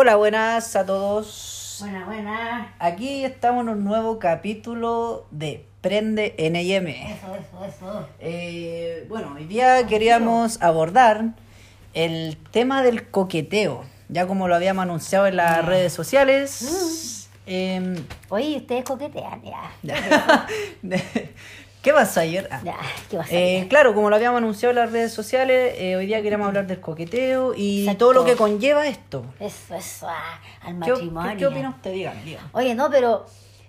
Hola, buenas a todos. Buenas. Aquí estamos en un nuevo capítulo de Prende N&M. Eso. Bueno, hoy día queríamos abordar el tema del coqueteo. Ya como lo habíamos anunciado en las redes sociales. Oye, ustedes coquetean, ya. ¿Qué pasó ayer? Ya, ¿qué vas a hacer? Claro, como lo habíamos anunciado en las redes sociales, hoy día queríamos hablar del coqueteo y Exacto. todo lo que conlleva esto. Eso, al ¿Qué matrimonio. ¿Qué opina usted? Dígame. Oye, no, pero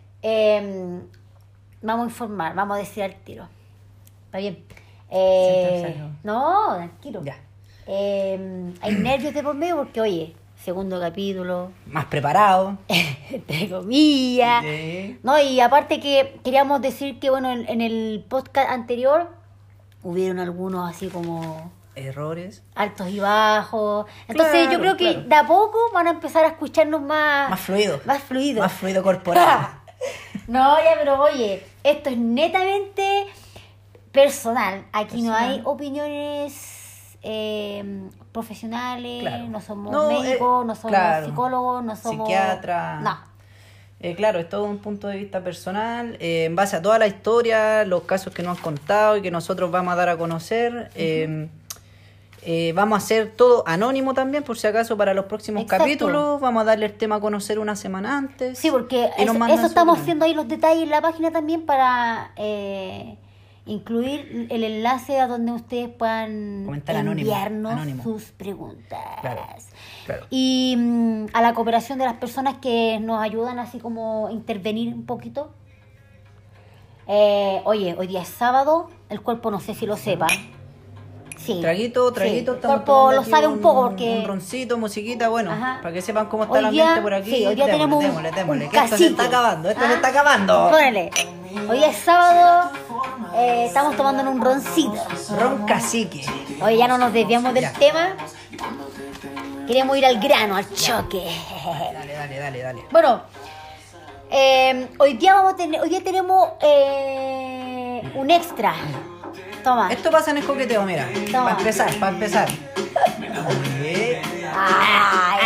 vamos a informar, vamos a decir al tiro. ¿Está bien? Siéntense, No, tranquilo. Ya. Hay nervios de por medio porque, oye, segundo capítulo, Más preparado. entre comillas. Sí. No, y aparte que queríamos decir que, bueno, en el podcast anterior hubieron algunos así como Errores. altos y bajos. Entonces Claro, yo creo que claro. de a poco van a empezar a escucharnos más... Más fluido. Más fluido. Más fluido corporal. No, ya, pero oye, esto es netamente personal. Aquí no Personal. hay opiniones profesionales, Claro. no somos No, médicos, no somos claro. psicólogos, no somos... Psiquiatra. No. Claro, es todo un punto de vista personal, en base a toda la historia, los casos que nos han contado y que nosotros vamos a dar a conocer. Vamos a hacer todo anónimo también, por si acaso, para los próximos Exacto. capítulos. Vamos a darle el tema a conocer una semana antes. Sí, porque Y nos mandan eso su estamos opinión. haciendo ahí los detalles en la página también para incluir el enlace a donde ustedes puedan Comentar anónimo, enviarnos anónimo. sus preguntas. Claro. Y a la cooperación de las personas que nos ayudan así como a intervenir un poquito. Oye, hoy día es sábado, el cuerpo no sé si lo sepa. Sí. Traguito, Sí, el estamos cuerpo tomando lo aquí sabe un poco porque... un roncito, musiquita, bueno, Ajá. para que sepan cómo está Hoy el ambiente día- por aquí. sí, hoy día tenemos démosle, un que esto se está cacique. acabando, esto ¿Ah? se está acabando. Ponele. Hoy día es sábado, estamos tomando en un roncito. Ron cacique. Oye, ya no nos desviamos del Ya. tema. Queremos ir al grano, al choque. Dale. Bueno, hoy día tenemos un extra. Toma. Esto pasa en el coqueteo, mira. Toma. Para empezar. Ah,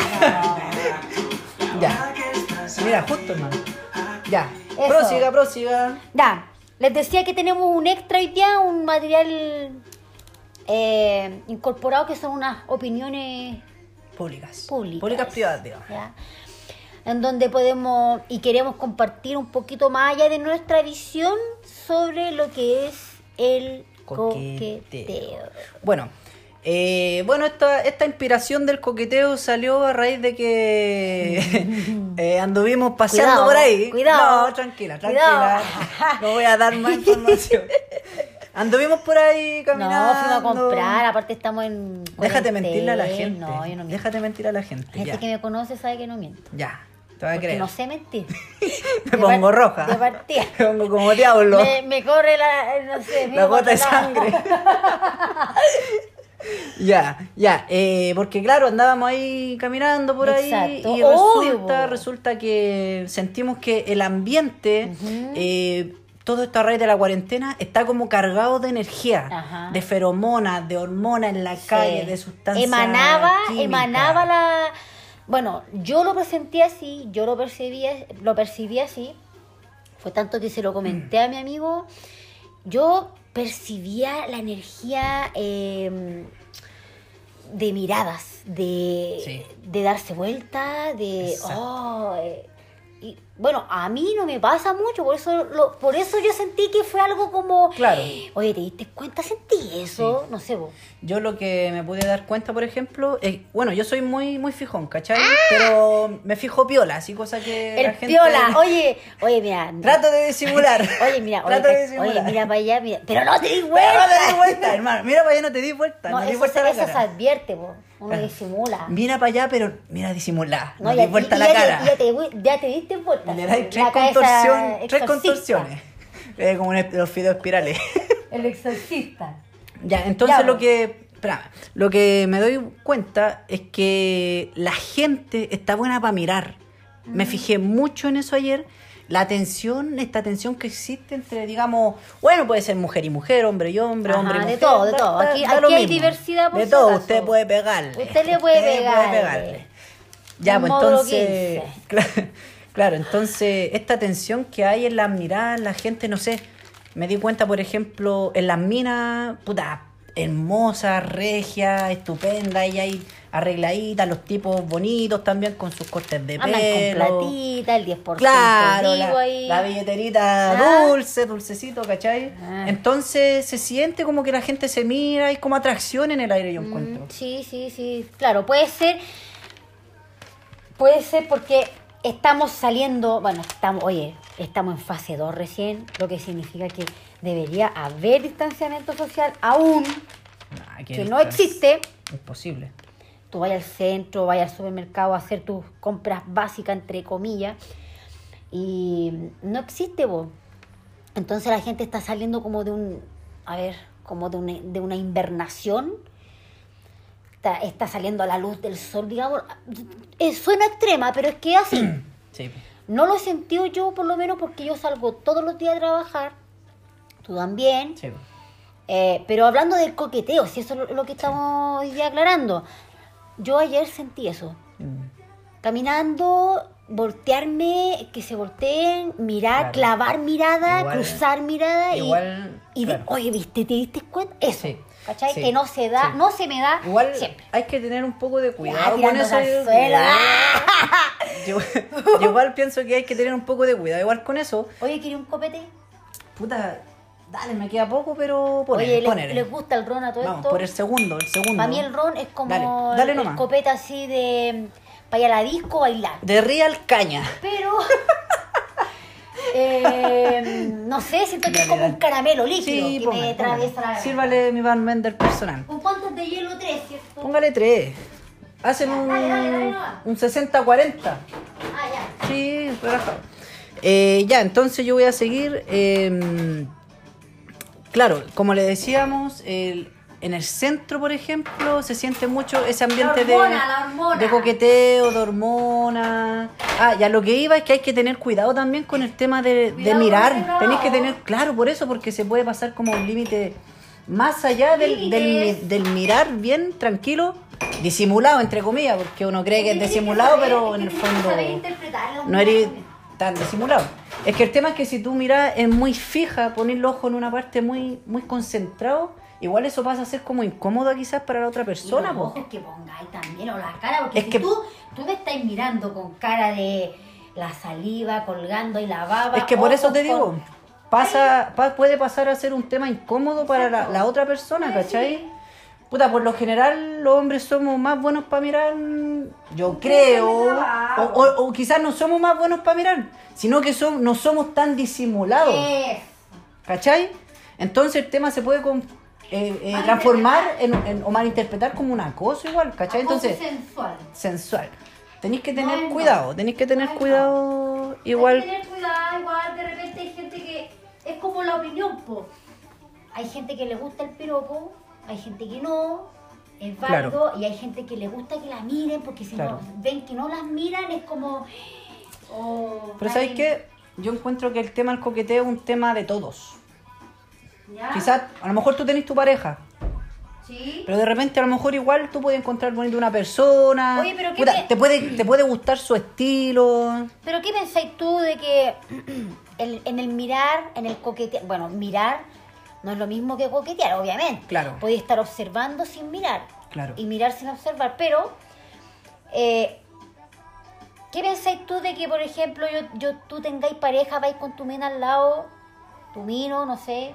Ya. Mira, justo, hermano. Ya. Eso. Prosiga. Ya, les decía que tenemos un extra hoy día, un material incorporado que son unas opiniones Públicas. públicas. Privadas, digamos. ¿ya? En donde podemos y queremos compartir un poquito más allá de nuestra visión sobre lo que es el coqueteo. Bueno, esta inspiración del coqueteo salió a raíz de que anduvimos paseando Cuidado, por ahí. cuidado. No, tranquila. Cuidado. No voy a dar más información. Anduvimos por ahí caminando. No, fuimos a comprar, aparte estamos en Déjate mentirle a la cuarentena. gente. No, yo no miento. Déjate mentir a la gente. La gente Ya. que me conoce sabe que no miento. Ya, te voy a Porque creer. no sé mentir. Me pongo roja. De partida. Me pongo como diablo. Me corre no sé, La gota de otro lado. sangre. Ya, porque claro, andábamos ahí caminando por ahí Exacto, y obvio, resulta que sentimos que el ambiente, Ujú. todo esto a raíz de la cuarentena, está como cargado de energía, Ajá. de feromonas, de hormonas en la calle, de sustancias Emanaba químicas. la... Bueno, yo lo presentí así, yo lo percibí así. Fue tanto que se lo comenté a mi amigo. Yo percibía la energía de miradas, Sí. de darse vuelta, de... Exacto. y bueno, a mí no me pasa mucho, por eso yo sentí que fue algo como... Claro. Oye, ¿te diste cuenta? Sentí eso, no sé vos. Yo lo que me pude dar cuenta, por ejemplo, es, bueno, yo soy muy fijón, ¿cachai? Pero me fijo piola, así cosa que la El gente... piola, oye, mira. Trato de disimular. Oye, mira, Trato de disimular. oye, mira para allá, mira. Pero no te di Pero vuelta. no te di vuelta, hermano. Mira para allá, no te di vuelta. No, No, di eso, vuelta a la eso se cara. advierte, po. Uno disimula. Mira para allá, pero mira disimular. No, ya- di vuelta y la ya cara. ya te diste vuelta. Le dais La cabeza tres exorcista. contorsiones. Como los fideos espirales. El exorcista. Ya, entonces Ya, lo vos. que... espérame, lo que me doy cuenta es que la gente está buena para mirar. Me fijé mucho en eso ayer. Esta tensión que existe entre, digamos, bueno, puede ser mujer y mujer, hombre y hombre, Ajá, hombre y de mujer. todo, de todo. Aquí lo hay mismo. diversidad, por de si todo, acaso. usted puede pegarle. Usted le puede pegarle. Ya, En pues módulo entonces, 15. claro, entonces esta tensión que hay en las miradas, la gente, no sé, me di cuenta, por ejemplo, en las minas, puta, hermosas, regias, estupendas, y hay arregladitas, los tipos bonitos también con sus cortes de Andan con pelo. platita, el 10% Claro, vivo ahí. la billeterita Ah. dulcecito, ¿cachai? Ah. Entonces se siente como que la gente se mira, hay como atracción en el aire, yo encuentro. Sí. Claro, puede ser porque estamos saliendo, bueno, estamos en fase 2 recién, lo que significa que debería haber distanciamiento social aún, Nah, que no existe. Imposible. Tú vayas al centro, vayas al supermercado a hacer tus compras básicas, entre comillas, y no existe, vos. Entonces la gente está saliendo como de una invernación. Está saliendo a la luz del sol, digamos. Suena extrema, pero es que es así. Sí. No lo he sentido yo, por lo menos, porque yo salgo todos los días a trabajar. Tú también. Sí. Pero hablando del coqueteo, si eso es lo que estamos hoy día aclarando. Yo ayer sentí eso. Caminando, voltearme, que se volteen, mirar, Claro. clavar mirada, Igual- cruzar mirada. igual, claro. Oye, ¿viste? ¿Te diste cuenta? Eso. Sí. ¿Cachai? Sí. Que no se da, Sí. no se me da Igual siempre. hay que tener un poco de Ah, cuidado con tirándose eso. al suelo. Yo igual pienso que hay que tener un poco de cuidado. Igual con eso, Oye, ¿quieres un copete? puta, dale, me queda poco, pero Oye, ponele. ¿les gusta el ron a todo Vamos, esto? por el segundo. Para mí el ron es como Dale el nomás. copete así de para ir a la disco bailar. De Real Caña. Pero no sé, siento que es Dale, como dale. un caramelo líquido que póngale, me atraviesa la garganta. Sírvale mi bartender personal. ¿Con cuántos de hielo? 3, ¿cierto? Póngale 3. Hacen Dale, nomás. un 60-40. Ah, ya. Sí, relajado. Ya, entonces yo voy a seguir. Claro, como le decíamos, en el centro, por ejemplo, se siente mucho ese ambiente La hormona. de coqueteo, de hormonas. Ah, ya lo que iba es que hay que tener cuidado también con el tema de Cuidado mirar. con el Tenéis que ojo. tener, claro, por eso, porque se puede pasar como un límite más allá Límites. del mirar bien, tranquilo, disimulado, entre comillas, porque uno cree que es disimulado, pero en el fondo no eres tan disimulado. Es que el tema es que si tú miras es muy fija, poner el ojo en una parte muy, muy concentrado, igual eso pasa a ser como incómodo quizás para la otra persona. Y los po. ojos que pongáis también, o la cara, porque Es si que- tú me estás mirando con cara de la saliva colgando y la baba. Es que por eso ojos te digo, con- puede pasar a ser un tema incómodo para la otra persona, ¿cachai? Puta, por lo general los hombres somos más buenos para mirar, yo creo, o quizás no somos más buenos para mirar, sino que no somos tan disimulados, ¿cachai? Entonces el tema se puede transformar o malinterpretar como un acoso igual, ¿cachai? Acoso Entonces, sensual. sensual. Tenéis que No tener es cuidado, no. tenéis que tener No es cuidado Hay igual. que tener cuidado, igual de repente hay gente que es como la opinión, po. Hay gente que le gusta el piropo, hay gente que no, es válido, Claro. y hay gente que le gusta que la miren, porque si Claro. no ven que no las miran es como... oh, Pero ¿sabéis ay, qué? Yo encuentro que el tema del coqueteo es un tema de todos. ¿ya? Quizás, a lo mejor tú tenés tu pareja, Sí. pero de repente a lo mejor igual tú puedes encontrar bonito una persona. Oye, pero ¿qué Puta, me- te puede gustar su estilo. Pero ¿qué pensáis tú de que en el mirar, en el coquetear, bueno, mirar no es lo mismo que coquetear, obviamente. Claro. Podéis estar observando sin mirar. Claro. Y mirar sin observar, pero ¿qué pensáis tú de que, por ejemplo, tú tengáis pareja, vais con tu mina al lado, tu mino, no sé,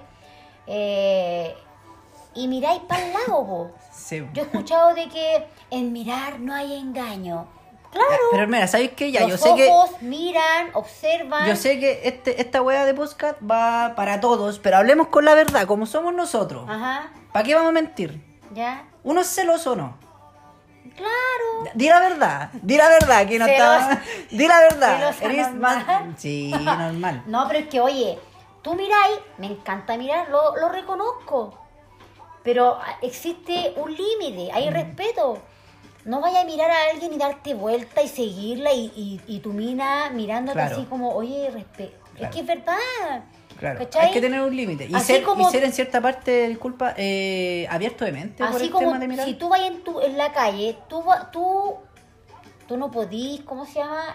y miráis para el lado, po? Sí. Yo he escuchado de que en mirar no hay engaño. Claro. Pero mira, ¿sabéis qué? Ya, Los yo sé que ojos miran, observan. yo sé que esta weá de podcast va para todos, pero hablemos con la verdad, como somos nosotros. Ajá, ¿Para qué vamos a mentir? ya. ¿Uno es celoso o no? Claro. Di la verdad, que no Celosa. está. Di la verdad. Celosa Eres normal. más. Sí, normal. No, pero es que, oye, tú miráis, me encanta mirar, lo reconozco. Pero existe un límite, hay respeto. No vayas a mirar a alguien y darte vuelta y seguirla y tu mina mirándote Claro. así como, oye, respeto. Claro. Es que es verdad. Claro, ¿cachai? hay que tener un límite. Y Así ser, como- y ser en cierta parte, disculpa, abierto de mente por Así el como tema de mirar. si tú vas en la calle, tú tú no podís, ¿cómo se llama?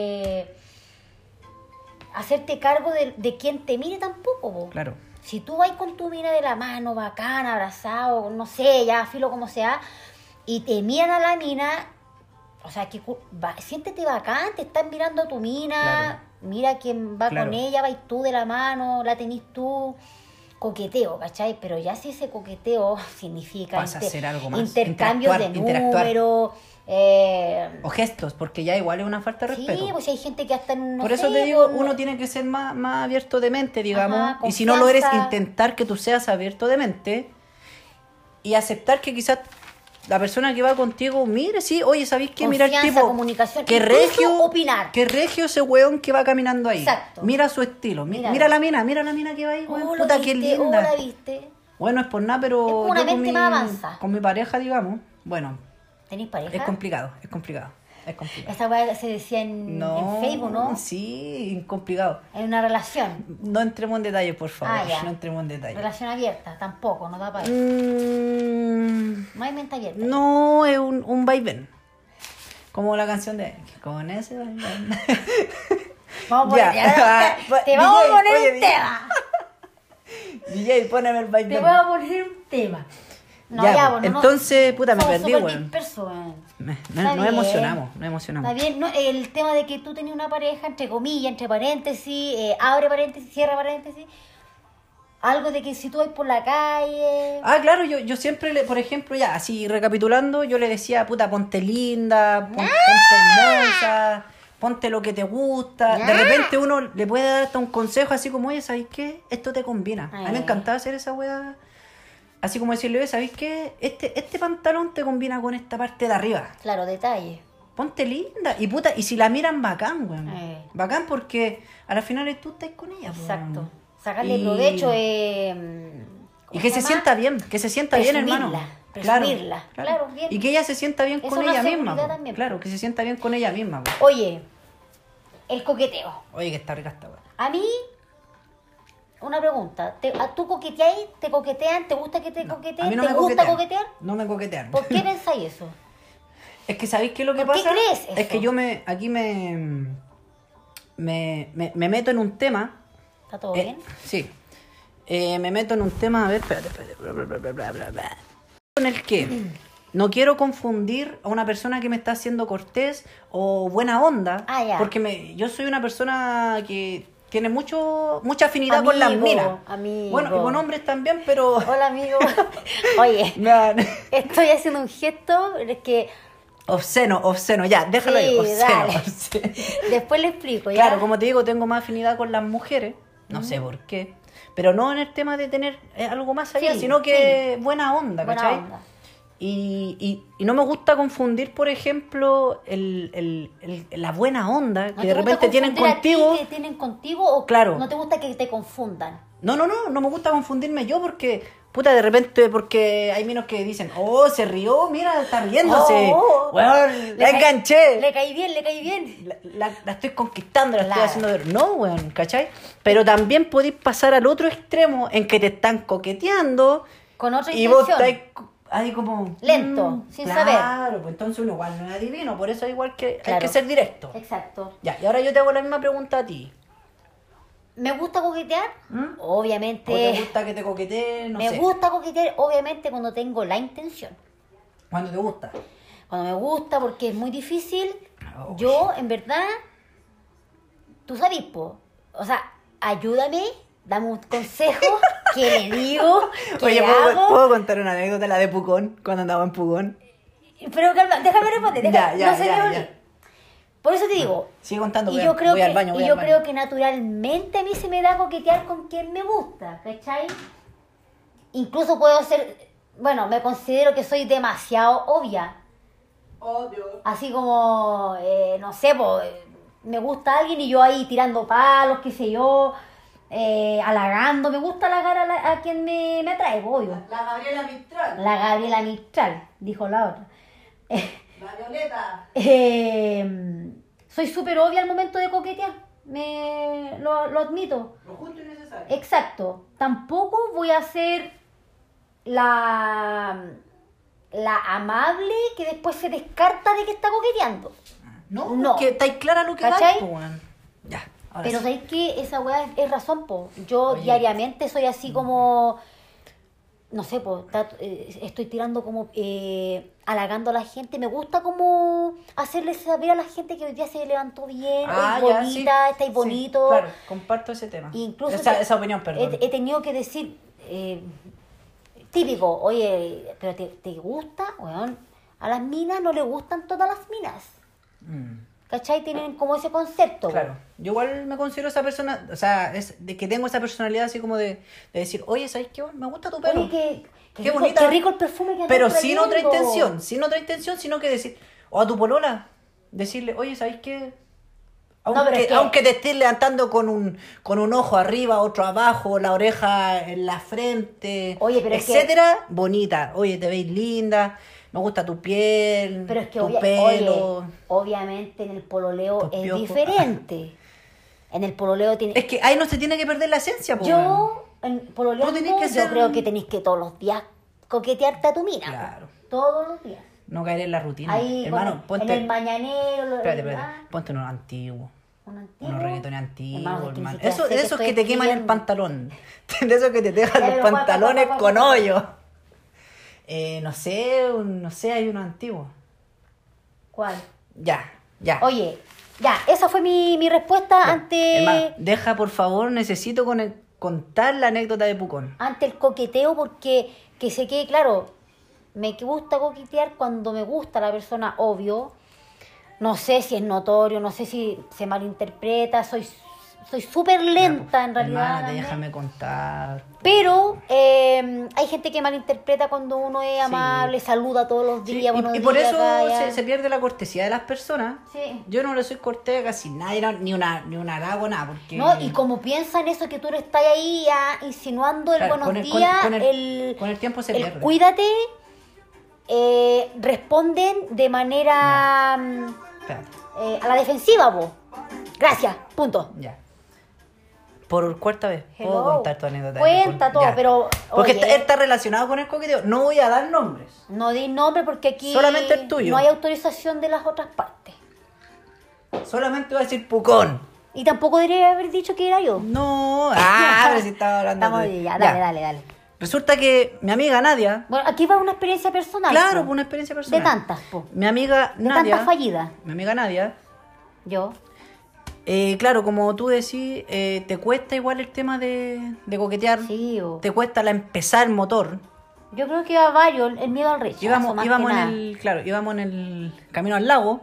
Hacerte cargo de quien te mire tampoco, po. Claro. Si tú vas con tu mina de la mano, bacana, abrazado, no sé, ya filo como sea, y te miran a la mina, o sea, siéntete bacán, te están mirando a tu mina, Claro. mira quién va Claro. con ella, vais tú de la mano, la tenís tú, coqueteo, ¿cachai? Pero ya si ese coqueteo significa Pasa a ser algo más, intercambios de interactuar. números, O gestos, porque ya igual es una falta de respeto. sí, pues si hay gente que hasta no Por eso sé, te digo, pues, uno tiene que ser más abierto de mente, digamos. Ajá, y si no lo eres, confianza. intentar que tú seas abierto de mente y aceptar que quizás la persona que va contigo, mire, sí, oye, ¿sabéis qué? Mira el Confianza, tipo. comunicación, Que incluso regio, opinar. que regio ese weón que va caminando ahí. Exacto. Mira su estilo. Míralo. Mira la mina que va ahí, weón. Oh, lo Puta, qué viste, linda. oh, la viste. Bueno, es por nada, pero Es como una yo con mente más avanzada. con mi pareja, digamos, bueno, ¿Tenéis pareja? es complicado. Esta weá se decía en Facebook, ¿no? Sí, complicado. En una relación. No entremos en detalles, por favor. Ya. No entremos en detalles. Relación abierta, tampoco, no da para eso. No hay mente abierta. No, es un vaivén. Como la canción de con ese vaivén. Vamos a Ya. poner, ya, te DJ, vamos a poner oye, un tema. DJ, poneme el Te vaivén. voy a poner un tema. No, Ya, ya, pues, bueno, entonces, puta, me somos perdí, súper weón. dispersos, weón. Está Nos bien. emocionamos, Está bien, no, el tema de que tú tenías una pareja, entre comillas, entre paréntesis, abre paréntesis, cierra paréntesis. Algo de que si tú vas por la calle. Ah, claro, yo siempre, por ejemplo, ya, así recapitulando, yo le decía, puta, ponte linda, ponte hermosa, ponte lo que te gusta. De repente uno le puede dar hasta un consejo así como, oye, ¿sabes qué? Esto te combina. A mí me encantaba hacer esa weá. Así como decirle, oye, ¿sabes qué? Este pantalón te combina con esta parte de arriba. Claro, detalle. Ponte linda. Y puta, y si la miran, bacán, weón. Eh. Bacán porque a la final tú estás con ella, Exacto. weón. Sacarle Y- provecho. Y que se sienta bien, hermano. Presumirla. Claro, bien. Y que ella se sienta bien Es con una ella misma. seguridad po. también. Claro, que se sienta bien con ella misma. Po. Oye, el coqueteo. Oye, que está rica esta weá. A mí, una pregunta. ¿Tú coqueteáis? ¿Te coquetean? ¿Te gusta que te A coqueteen? mí no ¿Te me gusta coquetean. coquetear? No me coquetean. ¿Por qué pensáis eso? Es que ¿sabéis qué es lo que ¿Por qué pasa? crees eso? Es que yo aquí me meto en un tema. ¿Está todo bien? Sí. Me meto en un tema, a ver, espérate, bla, bla, bla, bla, bla, bla. En el que no quiero confundir a una persona que me está haciendo cortés o buena onda, Ah, ya. porque yo soy una persona que tiene mucha afinidad con las Amigo, minas. amigo. Bueno, y con hombres también, pero... Hola, amigo. Oye, estoy haciendo un gesto, pero es que obsceno, ya, déjalo Sí, ahí, obsceno, dale. obsceno. después le explico, ¿ya? Claro, como te digo, tengo más afinidad con las mujeres, no sé por qué, pero no en el tema de tener algo más allá, Sí, sino que buena onda, Buena ¿cachai? onda. Y no me gusta confundir, por ejemplo, la buena onda ¿No que te de gusta repente tienen confundir a ti contigo. que tienen contigo o Claro. no te gusta que te confundan? No me gusta confundirme yo porque, puta, de repente, porque hay minos que dicen, oh, se rió, mira, está riéndose, Oh, weón, la caí- enganché. Le caí bien. La estoy conquistando, la Claro. estoy haciendo ver. No, weón, ¿cachai? Pero también podéis pasar al otro extremo en que te están coqueteando Con otra y vos intención. estás ahí como... Lento, sin saber. Claro, pues entonces uno igual no es adivino, por eso igual que hay Claro. que ser directo. Exacto. Ya, y ahora yo te hago la misma pregunta a ti. ¿Me gusta coquetear? ¿Mm? Obviamente. ¿O te gusta que te coqueteen? No me sé. gusta coquetear, obviamente, cuando tengo la intención. Cuando te gusta. Cuando me gusta, porque es muy difícil. Oh. Yo, en verdad, tú sabes, po. O sea, ayúdame, dame un consejo, ¿qué le digo? ¿Qué Oye, le ¿puedo, hago? ¿puedo contar una anécdota, la de Pucón, cuando andaba en Pucón? Pero calma, déjame responder, Ya, no se me ya. olvide. Por eso te digo, Sigue contando, y voy, yo creo voy que, al baño, voy y al yo baño. creo que naturalmente a mí se me da coquetear con quien me gusta, ¿cachai? Incluso puedo ser, bueno, me considero que soy demasiado obvia. Obvio. Así como, no sé, me gusta alguien y yo ahí tirando palos, qué sé yo, halagando. Me gusta halagar a quien me atrae, obvio. La Gabriela Mistral. La Gabriela Mistral, dijo la otra. La Violeta. Soy súper obvia al momento de coquetear, lo admito. Lo justo y necesario. Exacto. Tampoco voy a ser la amable que después se descarta de que está coqueteando. No, No. que estáis clara lo que da, ¿Cachai? pues, weón. Ya, ahora Pero sí. ¿sabes qué? Esa weá es razón, po. Yo Oye. diariamente soy así como... No sé, po, estoy tirando como... halagando a la gente. Me gusta como hacerle saber a la gente que hoy día se levantó bien, hoy ya, bonita, sí, estáis sí, bonito. claro, comparto ese tema. Incluso esa opinión, perdón. he tenido que decir, típico, oye, pero ¿te gusta? Weón, a las minas no le gustan todas las minas. ¿Cachai? Tienen como ese concepto. Claro, yo igual me considero esa persona, o sea, es de que tengo esa personalidad así como de decir, oye, ¿sabes qué? Me gusta tu pelo. Oye, qué Qué rico, bonita. qué rico el perfume que andas Pero sin otra trayendo. intención, sino que decir, o a tu polola, decirle, oye, ¿sabes qué? No, pero es que- Aunque te estés levantando con un ojo arriba, otro abajo, la oreja en la frente, Oye, pero es que- etcétera, bonita. Oye, te veis linda, me gusta tu piel, Pero es que tu pelo. oye, obviamente en el pololeo tus es piojos. diferente. En el pololeo tiene... Es que ahí no se tiene que perder la esencia, po, weón. Yo, en pololeando, Tú tenés que yo ser- creo que tenéis que todos los días coquetearte a tu mina. Claro. Todos los días. No caer en la rutina. Ahí, Hermano, en el mañanero... Espérate, ah, ponte unos antiguos. un antiguo. Unos reggaetones antiguos, Hermano, es que ni hermano. siquiera Eso, sé qué esos que estoy te queman el escribiendo. pantalón. De esos que te dejan Ya, los pero pantalones ¿cuál? con hoyo. No sé, hay unos antiguos. ¿Cuál? Ya. Oye, ya, esa fue mi respuesta ante... Hermano, deja, por favor, necesito contar la anécdota de Pucón. ante el coqueteo, porque que se quede claro, me gusta coquetear cuando me gusta la persona, obvio. No sé si es notorio, no sé si se malinterpreta, soy súper lenta en realidad. Hermana, Andrés. déjame contar. Pero hay gente que malinterpreta cuando uno es amable, saluda todos los Sí, días, buenos y por días, eso Gaia. se pierde la cortesía de las personas. Sí. Yo no le soy cortés a casi nadie, ni un halago, nada. Porque... No, y como piensan eso que tú le estás ahí insinuando el Claro, buenos con días, con el tiempo se el pierde. cuídate, responden de manera Espérate, a la defensiva, vos. Gracias, punto. ya. Por cuarta vez, puedo Hello. contar tu anécdota. Cuenta todo, Ya. pero, Porque oye, está relacionado con el coqueteo. No voy a dar nombres. no di nombre porque aquí Solamente el tuyo. no hay autorización de las otras partes. Solamente voy a decir Pucón. Y tampoco debería haber dicho que era yo. No. pero si estaba hablando Estamos de- bien, ya, Ya. dale. Resulta que mi amiga Nadia. Bueno, aquí va una experiencia personal. Claro, po. una experiencia personal. De tantas, po. Mi amiga De Nadia. tantas fallidas. Mi amiga Nadia. Yo. Claro, como tú decís, te cuesta igual el tema de coquetear. Sí, o... Te cuesta empezar el motor. Yo creo que a varios el miedo al rechazo. Íbamos más en que nada. íbamos en el camino al lago.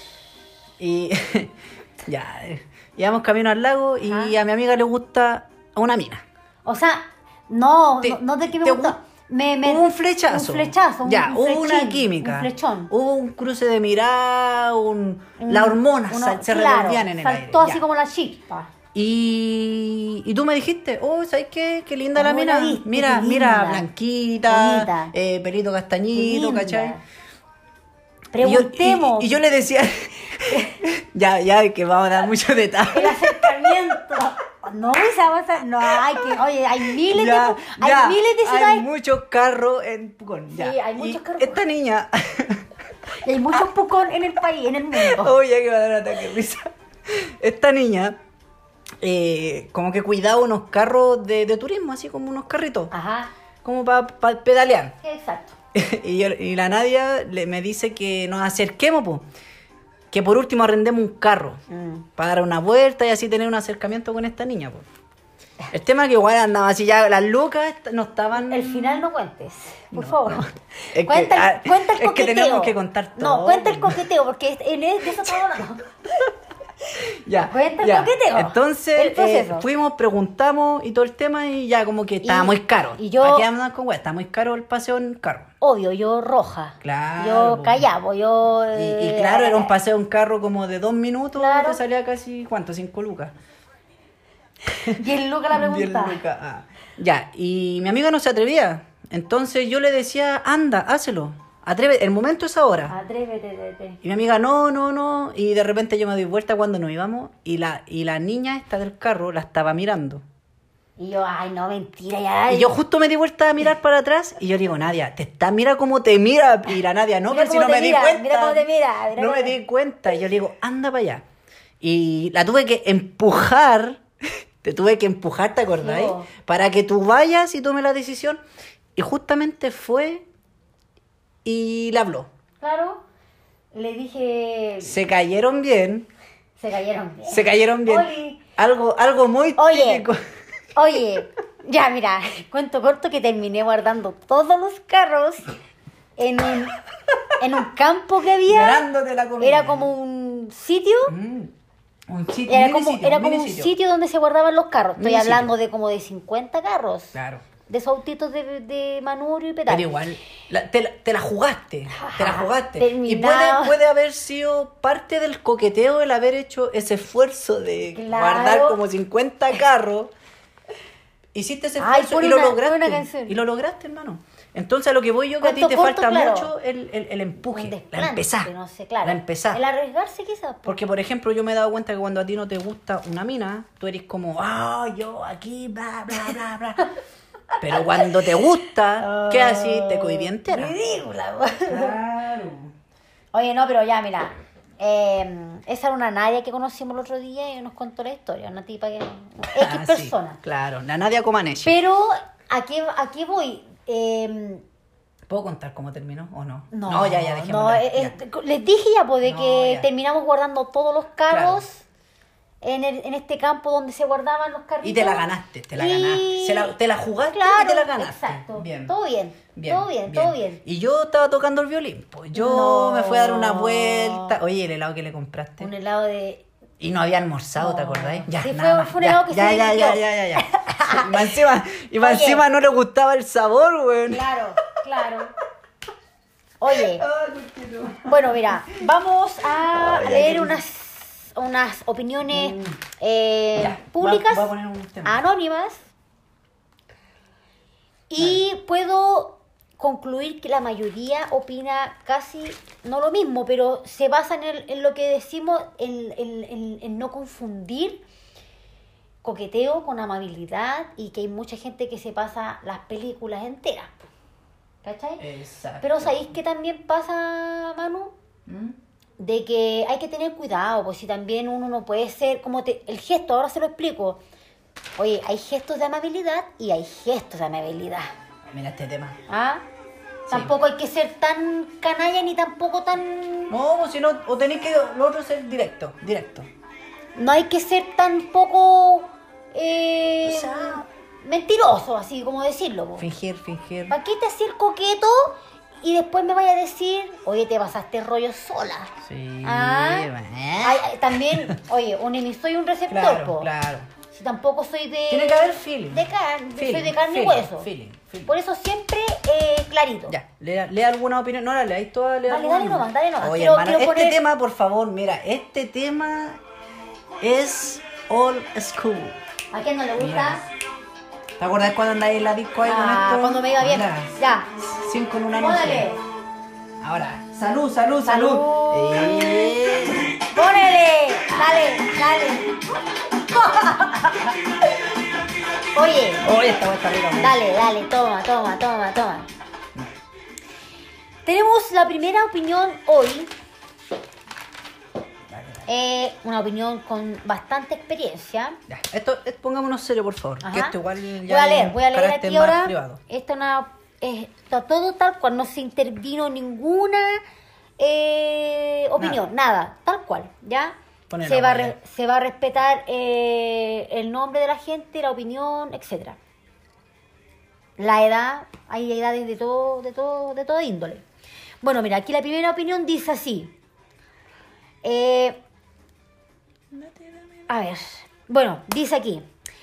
Y ya, íbamos camino al lago y Ajá. a mi amiga le gusta una mina. O sea, no Te- no de que me te gusta. Hubo un flechazo. Un flechazo. Ya, un hubo una flechín, química. Un flechón. Hubo un cruce de mirada, las hormonas se claro, revolvían en el aire. saltó así ya. como la chispa. Y tú me dijiste, ¿sabes qué? Qué linda la ¿Cómo mina. la viste? Mira, Qué mira, linda. blanquita, Bonita. pelito Qué castañito, linda. ¿cachai? Preguntemos. Y yo le decía, ya, que vamos a dar muchos detalles. El acercamiento. No, esa cosa, no, oye, hay miles Ya, hay ya, miles de hay ciudades muchos carros en Pucón. Ya. Sí, hay Y muchos carros. Esta niña, y hay muchos pucón en el país, en el mundo. oye, que va a dar un ataque de risa. Esta niña, como que cuidaba unos carros de turismo, así como unos carritos, Ajá, como para pedalear. exacto. Y la Nadia me dice que nos acerquemos, po. Que por último arrendemos un carro para dar una vuelta y así tener un acercamiento con esta niña, po. El tema es que igual andaba así ya, las lucas no estaban... El final no cuentes, por No, favor. no. Es que, Cuenta el es coqueteo. que tenemos que contar todo. No, cuenta el coqueteo, porque de eso estamos hablando. Ya, Cuenta el ya. coqueteo. Entonces El proceso. fuimos, preguntamos y todo el tema y ya como que estaba muy caro. y yo- ¿Para qué andar con weá? Está muy caro el paseo en carro. Obvio, yo roja. Claro, Yo po. callabo, yo... Y claro, era un paseo en carro como de 2 minutos, Claro. que salía casi, ¿cuánto? 5 lucas. Y el Luca la 10 pregunta. lucas, Ya, y mi amiga no se atrevía. Entonces yo le decía, anda, hácelo. Atrévete, el momento es ahora. Atrévete. Y mi amiga, no. Y de repente yo me doy vuelta cuando nos íbamos y la niña esta del carro la estaba mirando. Y yo, ay, no, mentira, ya. Y yo justo me di vuelta a mirar para atrás y yo digo, Nadia, mira cómo te mira, mira Nadia, no, Mira pero si cómo no te me di mira, cuenta. mira cómo te mira, mira No cómo- me di cuenta. Y yo le digo, anda para allá. Y la tuve que empujar, te tuve que empujar, ¿te acordáis? No. Para que tú vayas y tomes la decisión. Y justamente fue y le habló. Claro, le dije, Se cayeron bien, se cayeron bien. se cayeron bien. Oli. Algo muy Oye, típico. oye, ya mira, cuento corto que terminé guardando todos los carros en un campo que había. Llorándote la comida. Era como un sitio. Un sitio, Era mini como, sitio, era mini como un sitio donde se guardaban los carros. Estoy Mini hablando sitio. de como de 50 carros. Claro. De esos autitos de Manubrio y Petal. Pero igual, te la jugaste, te la jugaste. Y Terminado. puede haber sido parte del coqueteo el haber hecho ese esfuerzo de Claro. guardar como 50 carros. Hiciste ese Ay, esfuerzo pon y lo una- lograste. pon una canción. Y lo lograste, hermano. Entonces a lo que voy yo, que a ti Cuento te corto, falta claro. mucho el empuje, Un la desplante, empezar. no sé, claro. La empezar. El arriesgarse quizás. po. Porque, por ejemplo, yo me he dado cuenta que cuando a ti no te gusta una mina, tú eres como, yo aquí, bla, bla, bla, bla. Pero cuando te gusta, ¿qué así? Te cohibí entera. Ridícula. po. Claro. Oye, no, pero ya, mira. Esa era una Nadia que conocimos el otro día y nos contó la historia. Una tipa que... X Ah, sí, persona. claro, la Nadia Comaneci. Pero, ¿a qué voy? ¿Puedo contar cómo terminó o no? No, ya, no, dejémosla. les dije ya, pues, de No, que ya. terminamos guardando todos los carros Claro. en este campo donde se guardaban los carritos. Y te la ganaste, te la Y- ganaste. Te la jugaste Claro, y te la ganaste. exacto. Bien. Todo bien, todo bien, todo bien. Y yo estaba tocando el violín, pues yo No. me fui a dar una vuelta. Oye, el helado que le compraste. Un helado de... Y no había almorzado, ¿te No. acordáis? Ya, Sí, nada más. fue un Ya, helado que ya, se ya, derritió. ya. Y más Oye. encima no le gustaba el sabor, güey. Claro, claro. Oye, bueno, mira, vamos a Ay, leer qué unas opiniones Ya, públicas, voy a poner un tema. anónimas, y puedo concluir que la mayoría opina casi no lo mismo, pero se basa en lo que decimos, en no confundir coqueteo con amabilidad, y que hay mucha gente que se pasa las películas enteras. ¿Cachai? Exacto. Pero ¿sabéis qué también pasa, Manu? ¿Mm? De que hay que tener cuidado, pues si también uno no puede ser el gesto, ahora se lo explico. Oye, hay gestos de amabilidad y hay gestos de amabilidad. Mira este tema. ¿Ah? Sí. Tampoco hay que ser tan canalla ni tampoco tan... No, pues si no, o tenéis que lo otro ser directo. No hay que ser tampoco... O sea, mentiroso, así como decirlo. Po. fingir. ¿Para qué te hacer coqueto y después me vaya a decir, oye, te pasaste rollo sola? Sí, Ah, bueno. también, oye, un emisor y un receptor, po. Claro. Si tampoco soy de... Tiene que haber feeling. soy de carne y hueso. Feeling. Por eso siempre clarito. Ya, lea alguna opinión. No la leáis todas, lea Dale, alguna. dale nomás. Oye, Quiero hermano, este poner- tema, por favor, mira, este tema es old school. ¿A quién no le gusta? Mira. ¿Te acuerdas cuando andáis en la disco ahí con Ah, esto? cuando me iba bien. Mira, Ya. 5 en una Póngale. noche. Ahora, salud. Salud. Ponele. Dale. Oye, Oye, esta vuelta rica. ¿no? dale, toma. Tenemos la primera opinión hoy. Una opinión con bastante experiencia. Ya, pongámonos serio, por favor. Ajá. Que esto igual ya Voy a leer carácter aquí más ahora. privado. Está todo tal cual, no se intervino ninguna opinión, nada, tal cual, ¿ya? Ponelo, Se va, vaya. se va a respetar el nombre de la gente, la opinión, etcétera. La edad, hay edades de toda índole. Bueno, mira, aquí la primera opinión dice así. A ver, bueno, dice aquí.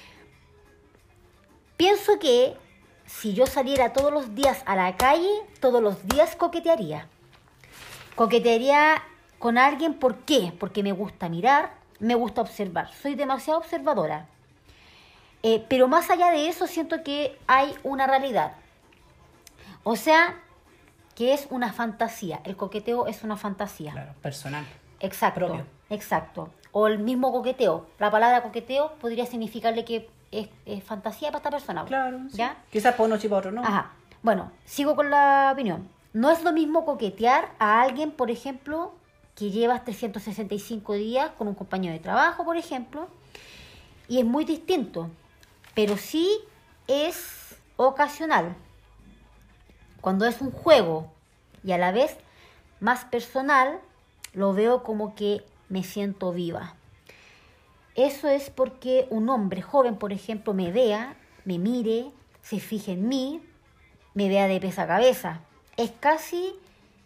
Pienso que si yo saliera todos los días a la calle, todos los días coquetearía. Coquetearía con alguien, ¿por qué? Porque me gusta mirar, me gusta observar. Soy demasiado observadora. Pero más allá de eso, siento que hay una realidad. O sea, que es una fantasía. El coqueteo es una fantasía. Claro, personal. Exacto, Propio. exacto. o el mismo coqueteo. La palabra coqueteo podría significarle que es fantasía para esta persona. Claro, sí. ¿Ya? Quizás para unos y para otros, ¿no? Ajá. Bueno, sigo con la opinión. No es lo mismo coquetear a alguien, por ejemplo, que llevas 365 días con un compañero de trabajo, por ejemplo, y es muy distinto, pero sí es ocasional. Cuando es un juego y a la vez más personal, lo veo como que me siento viva. Eso es porque un hombre joven, por ejemplo, me vea, me mire, se fije en mí, me vea de pies a cabeza. Es casi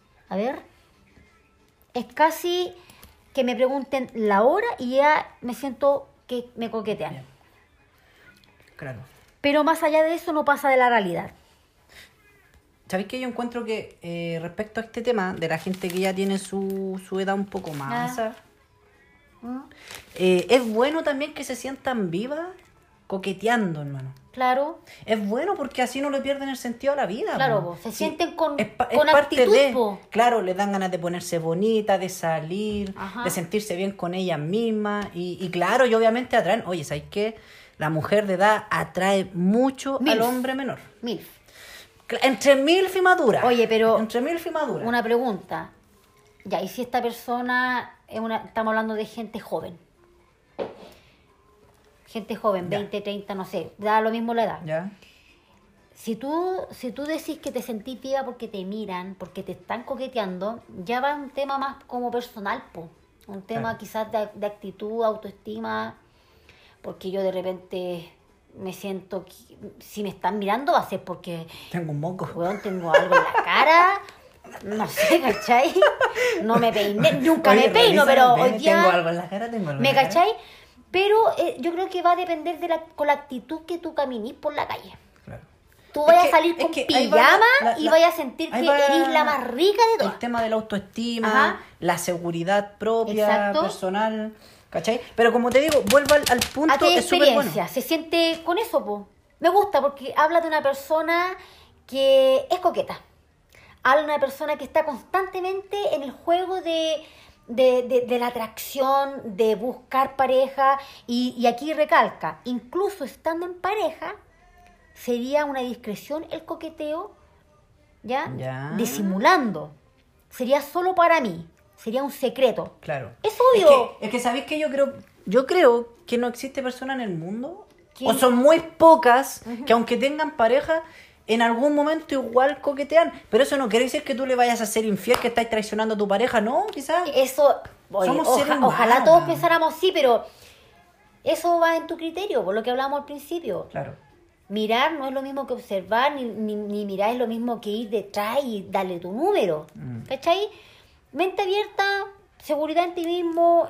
que me pregunten la hora y ya me siento que me coquetean. Bien. Claro. Pero más allá de eso no pasa de la realidad. ¿Sabéis que yo encuentro que respecto a este tema de la gente que ya tiene su edad un poco más avanzada, es bueno también que se sientan vivas coqueteando, hermano? Claro. Es bueno porque así no le pierden el sentido a la vida. Claro, po. po, se Sí, sienten con es parte parte actitud, po. Claro, les dan ganas de ponerse bonita, de salir, Ajá. de sentirse bien con ellas mismas. Y claro, y obviamente atraen. Oye, ¿sabes qué? La mujer de edad atrae mucho Milf. al hombre menor. Milf. Entre milf y madura. Oye, pero Entre milf y madura. una pregunta. Ya, ¿y si esta persona estamos hablando de gente joven? Gente joven, Ya. 20, 30, no sé, da lo mismo la edad. ¿Ya? Si tú decís que te sentís viva porque te miran, porque te están coqueteando, ya va un tema más como personal, po. Un tema Claro. quizás de actitud, autoestima, porque yo de repente me siento, si me están mirando va a ser porque, Tengo un moco. weón, tengo algo en la cara, no sé, ¿cachai? No me peiné, nunca Oye, me peino, revisa pero el hoy pene, día... Tengo algo en la cara, tengo algo ¿Me en la cara. cachai? Pero yo creo que va a depender con la actitud que tú caminís por la calle. Claro. Tú Es vayas que- a salir es con que ahí va pijama y vayas a sentir ahí que va eres la más rica de El todas. tema de la autoestima, Ajá. la seguridad propia, Exacto. personal, ¿cachai? Pero como te digo, vuelvo al punto, ¿A tu es súper bueno. experiencia? ¿Se siente con eso, po? Me gusta porque habla de una persona que es coqueta. Habla de una persona que está constantemente en el juego de la atracción, de buscar pareja. Y aquí recalca, incluso estando en pareja, sería una discreción el coqueteo, ¿ya? Ya. Disimulando. Sería solo para mí. Sería un secreto. Claro. Es obvio. Es que ¿sabéis que yo creo que no existe persona en el mundo, ¿Quién? o son muy pocas, que aunque tengan pareja, en algún momento igual coquetean? Pero eso no quiere decir que tú le vayas a ser infiel, que estás traicionando a tu pareja, no, quizás. Eso, oye, Somos seres ojalá humanos. todos pensáramos sí, pero eso va en tu criterio, por lo que hablamos al principio. Claro. Mirar no es lo mismo que observar, ni mirar es lo mismo que ir detrás y darle tu número. ¿Cachai? Mente abierta, seguridad en ti mismo,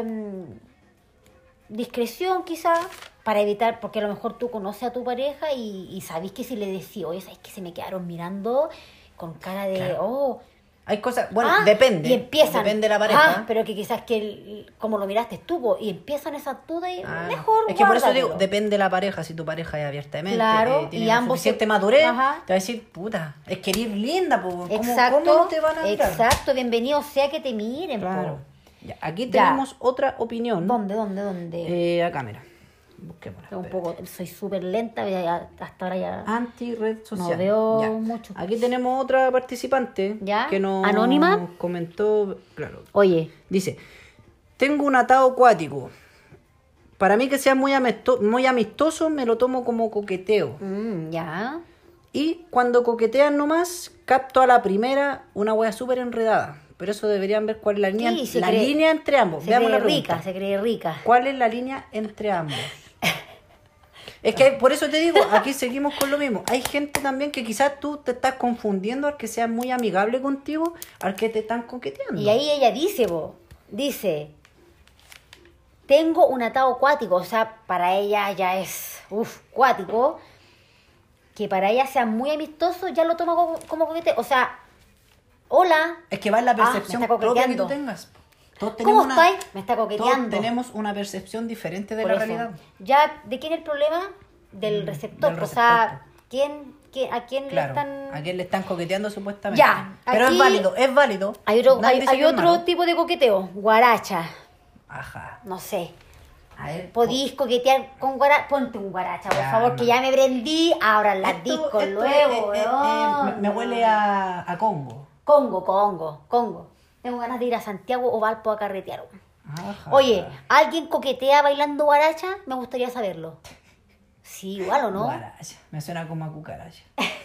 discreción quizás, para evitar, porque a lo mejor tú conoces a tu pareja y sabes que si le decís, oye, sabes que se me quedaron mirando con cara de, Claro. oh... Hay cosas, bueno, Ah, depende. y empiezan. Depende de la pareja. Ah, pero que quizás como lo miraste tú, po, y empiezan esas dudas y Ah, mejor es que por eso guárdatelo. digo, depende de la pareja. Si tu pareja es abiertamente, Claro, tiene y la ambos suficiente se- madurez, Ajá. te va a decir, puta, es que eres linda, po. Exacto, ¿Cómo no te van a mirar? exacto, bienvenido sea que te miren, Claro. po. Ya, aquí Ya. tenemos otra opinión. ¿Dónde? Acá, mira. Busquémosla. Un espera. poco, soy súper lenta, hasta ahora ya... Anti-red social. No veo Ya. mucho. Aquí tenemos otra participante ¿Ya? que nos ¿Anónima? comentó, claro. Oye, Dice, tengo un atado acuático. Para mí que sea muy amistoso, me lo tomo como coqueteo. ya. Y cuando coquetean nomás, capto a la primera una wea súper enredada. Pero eso deberían ver cuál es la línea, Sí, se la cree- línea entre ambos. Se Veamos cree la pregunta. rica, se cree rica. ¿Cuál es la línea entre ambos? Es que por eso te digo, aquí seguimos con lo mismo. Hay gente también que quizás tú te estás confundiendo al que sea muy amigable contigo, al que te están coqueteando. Y ahí ella dice, tengo un atado acuático, o sea, para ella ya es, cuático, que para ella sea muy amistoso, ya lo toma como coqueteo, o sea, hola, Es que va en la percepción me está propia que coqueteando. tú tengas. Todos ¿Cómo tenemos estáis? Me está Todos coqueteando. tenemos una percepción diferente de Por la eso. realidad. Ya, ¿de quién es el problema? Del receptor, del o sea, ¿a quién Claro, le están...? a quién le están coqueteando supuestamente. Ya, Pero aquí es válido. Hay otro, Nadie dice hay que es otro malo. tipo de coqueteo, guaracha. Ajá. No sé. A ver. ¿Podís coquetear con guaracha? Ponte un guaracha, por Ya, favor, que no. ya me prendí. Abran las discos luego, me huele a Congo. Congo. Tengo ganas de ir a Santiago o Valpo a carretear. Ajá. Oye, ¿alguien coquetea bailando guaracha? Me gustaría saberlo. Sí, igual o no. Guaracha. Me suena como a cucaracha.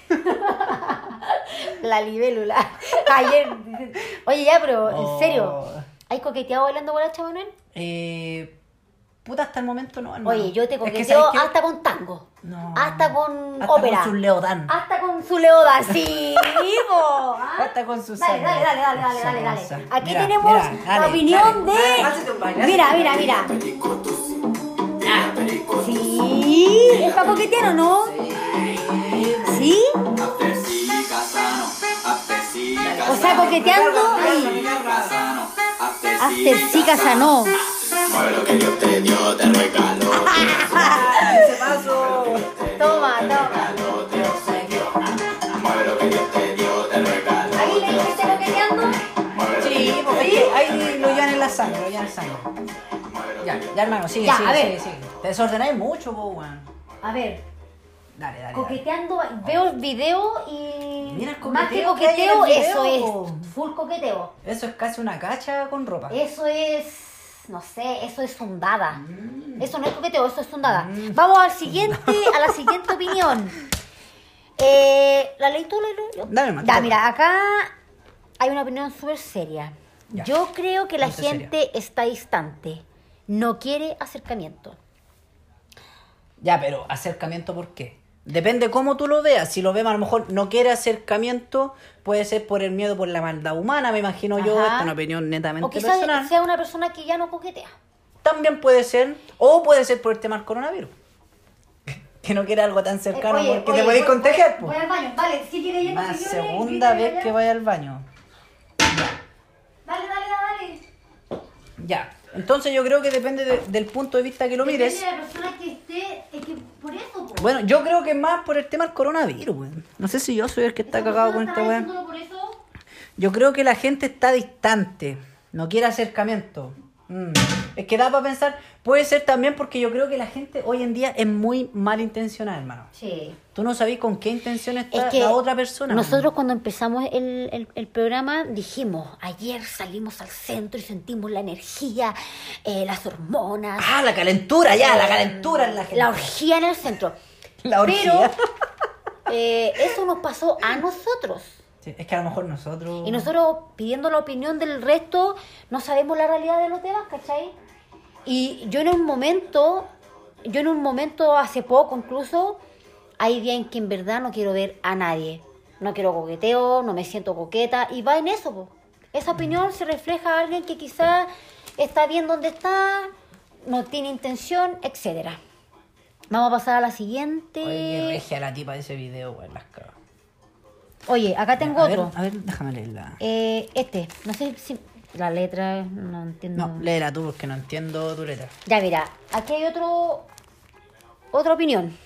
La libélula. Ayer. Oye, ya, pero en Oh. serio. ¿Hay coqueteado bailando guaracha, Manuel? Puta, hasta el momento no, hermano. Oye, yo te Es que, coqueteo ¿sabes qué? hasta con tango. No. Hasta con Hasta ópera. con su leodán. Hasta con su leoda, sí, po. ¿Ah? Hasta con su Dale, sangre. dale. Aquí Mira, tenemos mira, la dale, opinión dale. de... Hazte un baile, Mira. Sí, ¿es para coquetear o no? ¿Sí? O sea, coqueteando ahí. After sí, Casanó. Lo que Dios te dio, te regaló. Ese paso. Toma. Mueve lo que Dios te dio, te regaló. ¿Ahí le dijiste coqueteando? Sí, porque es que ahí lo llevan en la sangre, Ya, hermano, sigue, Ya, sigue, a ver. sigue. Te desordenáis mucho, po, weón. A ver, Dale. coqueteando, veo el video y Mira el más que coqueteo que hay en el coqueteo, video, eso po. es full coqueteo. Eso es casi una cacha con ropa. Eso es, no sé, eso es fundada. Eso no es coqueteo, eso es fundada. Vamos a la siguiente opinión. ¿La leí tú? Yo? Dale, man, Ya, dale. mira, acá hay una opinión súper seria. Ya. Yo creo que la Ponte seria. gente está distante, no quiere acercamiento. Ya, pero acercamiento, ¿por qué? Depende cómo tú lo veas. Si lo vemos, a lo mejor no quiere acercamiento, puede ser por el miedo, por la maldad humana, me imagino yo. Ajá. Esta es una opinión netamente O quizás personal. sea una persona que ya no coquetea. También puede ser, o puede ser por el tema del coronavirus. Que no quiere algo tan cercano porque te podéis contagiar. Voy al baño, vale, sigue leyendo La opiniones, segunda grítale vez allá. que vaya al baño. Dale. Ya. Entonces yo creo que depende del punto de vista que lo mires. Depende de la persona que esté, es que por eso, po. Bueno, yo creo que es más por el tema del coronavirus, weón. No sé si yo soy el que está Esa cagado con persona esta está weón. haciéndolo por eso. Yo creo que la gente está distante, no quiere acercamiento. Es que da para pensar, puede ser también porque yo creo que la gente hoy en día es muy malintencionada, hermano. Sí. Tú no sabés con qué intención está Es que la otra persona. nosotros cuando empezamos el programa dijimos, ayer salimos al centro y sentimos la energía, las hormonas. Ah, la calentura, ya, la calentura en la gente. La orgía en el centro. La orgía. Pero eso nos pasó a nosotros. Sí, es que a lo mejor nosotros... Y nosotros pidiendo la opinión del resto no sabemos la realidad de los demás, ¿cachai? Y yo en un momento hace poco incluso, hay días en que en verdad no quiero ver a nadie. No quiero coqueteo, no me siento coqueta y va en eso, po. Esa opinión se refleja a alguien que quizás está bien donde está, no tiene intención, etcétera. Vamos a pasar a la siguiente. Oye, qué regia la tipa de ese video, weón, las cagas. Oye, acá tengo A ver, otro. a ver, déjame leerla. No sé si la letra, no entiendo. No, léela tú porque no entiendo tu letra. Ya, mira, aquí hay otra opinión.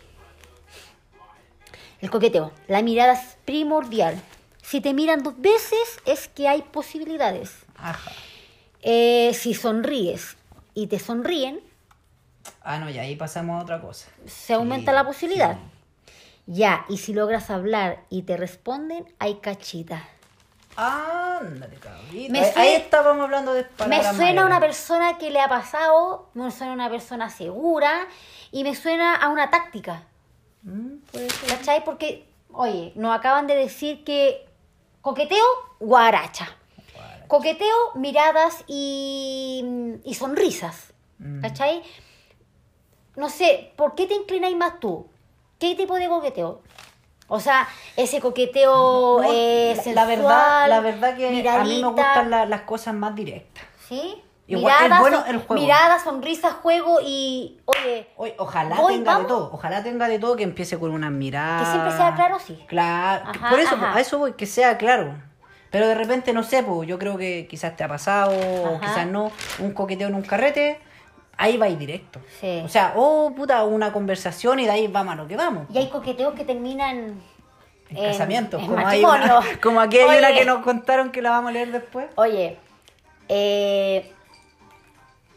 El coqueteo. La mirada es primordial. Si te miran 2 veces es que hay posibilidades. Ajá. Si sonríes y te sonríen, Ah, no, ya ahí pasamos a otra cosa. se aumenta Sí, la posibilidad. sí. Ya, y si logras hablar y te responden, hay cachita. Ándale, cabrito. Me Ahí suena- estábamos hablando de Me palabras suena a una mayores. persona que le ha pasado, me suena a una persona segura y me suena a una táctica. Puede ser. ¿Cachai? Porque, oye, nos acaban de decir que coqueteo, guaracha. Coqueteo, miradas y sonrisas. ¿Cachai? No sé, ¿por qué te inclináis más tú? ¿Qué tipo de coqueteo? O sea, ese coqueteo No, sensual, la verdad que a mí me miradita, gustan las cosas más directas. ¿sí? Igual, es bueno el juego. Miradas, sonrisas, juego y, oye, Oye, ojalá Voy, tenga vamos. de todo. Ojalá tenga de todo, que empiece con una mirada. que siempre sea claro, sí. Claro. Ajá, Por eso, ajá. a eso voy, que sea claro. Pero de repente, no sé, pues, yo creo que quizás te ha pasado, o Ajá. quizás no, un coqueteo en un carrete, ahí va directo. Sí. O sea, puta, una conversación y de ahí vamos a lo que vamos. Y hay coqueteos que terminan En casamientos, en como, hay matrimonio. una, como aquí hay Oye, una que nos contaron que la vamos a leer después. Oye,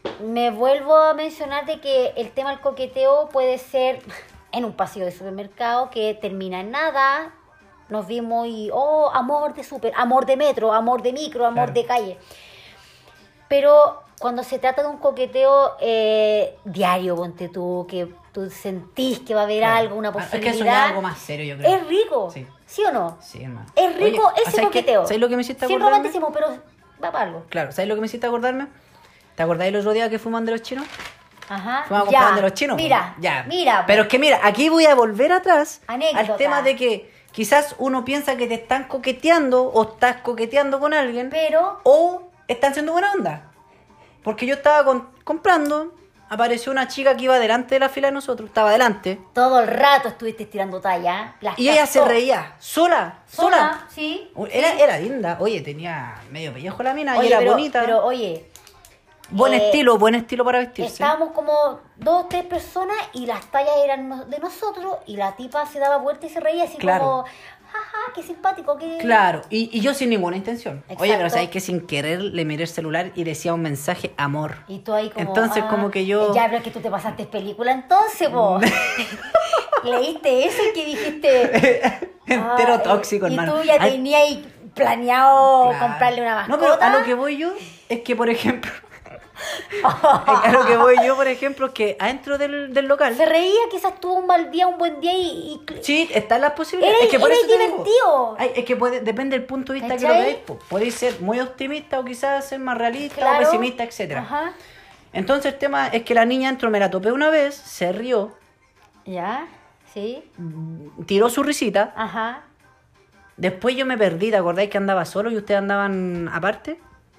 me vuelvo a mencionar de que el tema del coqueteo puede ser en un pasillo de supermercado que termina en nada. Nos vimos y, oh, amor de súper, amor de metro, amor de micro, amor de calle. Pero cuando se trata de un coqueteo diario, ponte tú, que tú sentís que va a haber algo, una posibilidad. Es que eso ya es algo más serio, yo creo. Es rico, ¿sí o no? Sí, hermano. Es rico Oye, ese ¿sabes coqueteo. ¿Sabes lo que me hiciste Sin acordarme? romanticismo, pero va para algo. Claro, ¿sabes lo que me hiciste acordarme? ¿Te acordáis el otro día que fuimos de los chinos? Ajá. Fuimos a comprar de los chinos. Mira, ya. mira. Pero es que mira, aquí voy a volver atrás Anécdota. al tema de que quizás uno piensa que te están coqueteando o estás coqueteando con alguien, Pero o están siendo buena onda. Porque yo estaba comprando, apareció una chica que iba delante de la fila de nosotros, estaba delante, todo el rato estuviste tirando talla. y ella se reía, sola. Sí. Era linda, oye, tenía medio pellejo la mina Oye, y era pero, bonita. Pero oye, buen estilo para vestirse. estábamos como 2 o 3 personas y las tallas eran de nosotros y la tipa se daba vuelta y se reía así Claro. como, jaja, qué simpático, qué... Claro, y yo sin ninguna intención. Exacto. Oye, pero sabes que sin querer le miré el celular y decía un mensaje amor. Y tú ahí como... Entonces, como que yo... Ya, pero es que tú te pasaste película entonces, po. Leíste eso y que dijiste... Entero ah, tóxico, y hermano. tú ya Ay, tenías ahí planeado claro. comprarle una mascota. No, pero a lo que voy yo es que, por ejemplo... a lo que voy yo, por ejemplo, es que adentro del local... Se reía, quizás tuvo un mal día, un buen día y Sí, están las posibilidades. Era- Es que por era eso te digo, divertido. es que depende del punto de vista que lo ¿Cachai? veáis. Podéis ser muy optimista o quizás ser más realista Claro. o pesimista, etcétera. Ajá. Entonces el tema es que la niña entró, me la topé una vez, se rió, Ya, sí. tiró su risita. Ajá. Después yo me perdí, ¿te acordáis que andaba solo y ustedes andaban aparte?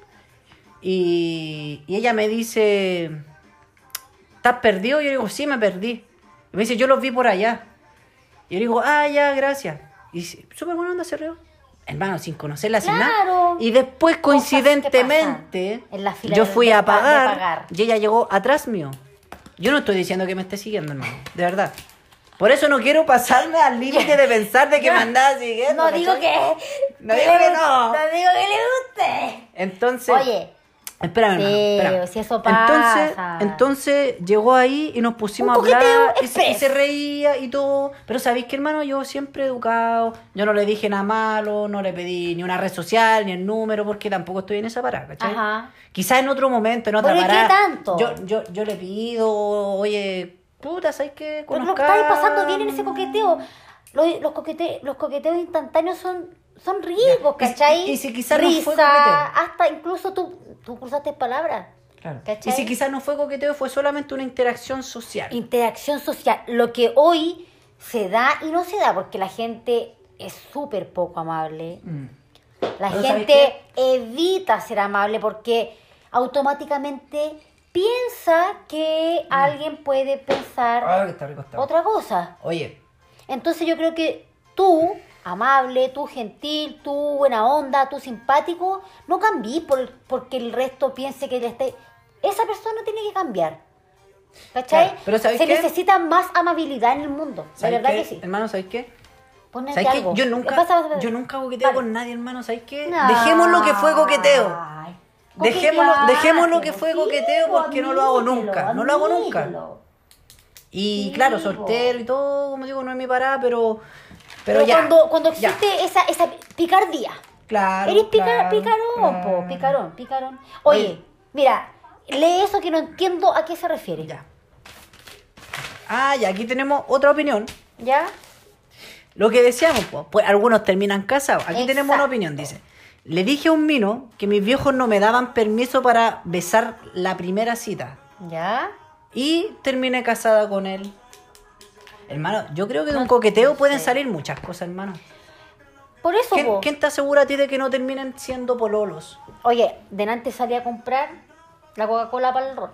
Y ella me dice, ¿estás perdido? Yo digo, sí, me perdí. Y me dice, yo los vi por allá. Y yo digo, ah, ya, gracias. Y súper buena onda, se rió. Hermano, sin conocerla, sin nada. Claro. Y después, Cosas que coincidentemente, pasan en la fila yo de- fui de a pa- de pagar, pagar. y ella llegó atrás mío. Yo no estoy diciendo que me esté siguiendo, hermano, de verdad. Por eso no quiero pasarme al límite de pensar de que me andaba siguiendo. No digo ¿cachai? que... No digo que no. No digo que le guste. Entonces... Oye, Espérame, Sí, hermano, espérame. si eso pasa. Entonces llegó ahí y nos pusimos a Un coqueteo hablar y express. se reía y todo. Pero sabéis que, hermano, yo siempre educado, yo no le dije nada malo, no le pedí ni una red social, ni el número, porque tampoco estoy en esa parada, ¿cachai? Ajá. Quizás en otro momento, en otra ¿Pero y qué parada. tanto? Yo le pido, oye, puta, ¿sabes qué? pero lo Conozcamos. estáis pasando bien en ese coqueteo. Los coqueteos instantáneos son ricos, Ya. ¿cachai? Y si quizás no fue Risa, coqueteo. hasta incluso tú cruzaste palabras. Claro. ¿Cachai? Y si quizás no fue coqueteo, fue solamente una interacción social. Interacción social, lo que hoy se da y no se da, porque la gente es súper poco amable. Mm. La Pero ¿sabes gente evita ser amable porque automáticamente piensa que alguien puede pensar Ah, que está rico está. otra cosa. Oye, Entonces yo creo que tú, amable, tú gentil, tú buena onda, tú simpático, no cambies porque el resto piense que le esté... Esa persona tiene que cambiar. ¿Cachai? Claro, pero ¿sabes Se qué? necesita más amabilidad en el mundo. De ¿sabes verdad qué? que sí. Hermano, ¿sabes qué? Ponete ¿Sabes qué? algo. Yo ¿Qué nunca, pasa? yo nunca coqueteo Vale. con nadie, hermano. ¿Sabes qué? Ay, Dejemos lo que fue coqueteo. Dejemos lo que fue coqueteártelo, coqueteo sí, porque no lo hago admítelo, nunca. No lo hago nunca. admítelo. Y Sí, claro, po. soltero y todo, como digo, no es mi parada, pero Pero ya. cuando ya. existe esa picardía. Claro. Eres claro, picarón, po, claro. picarón. Oye, Oye. mira, lee eso que no entiendo a qué se refiere. Ya. Ah, ya, aquí tenemos otra opinión. ¿Ya? Lo que decíamos, pues algunos terminan casados. Aquí tenemos una Exacto. opinión, dice. Le dije a un mino que mis viejos no me daban permiso para besar la primera cita. ¿Ya? Y terminé casada con él. Hermano, yo creo que de un No coqueteo sé. pueden salir muchas cosas, hermano. Por eso, po. ¿Quién te asegura a ti de que no terminen siendo pololos? Oye, delante salí a comprar la Coca-Cola para el ron.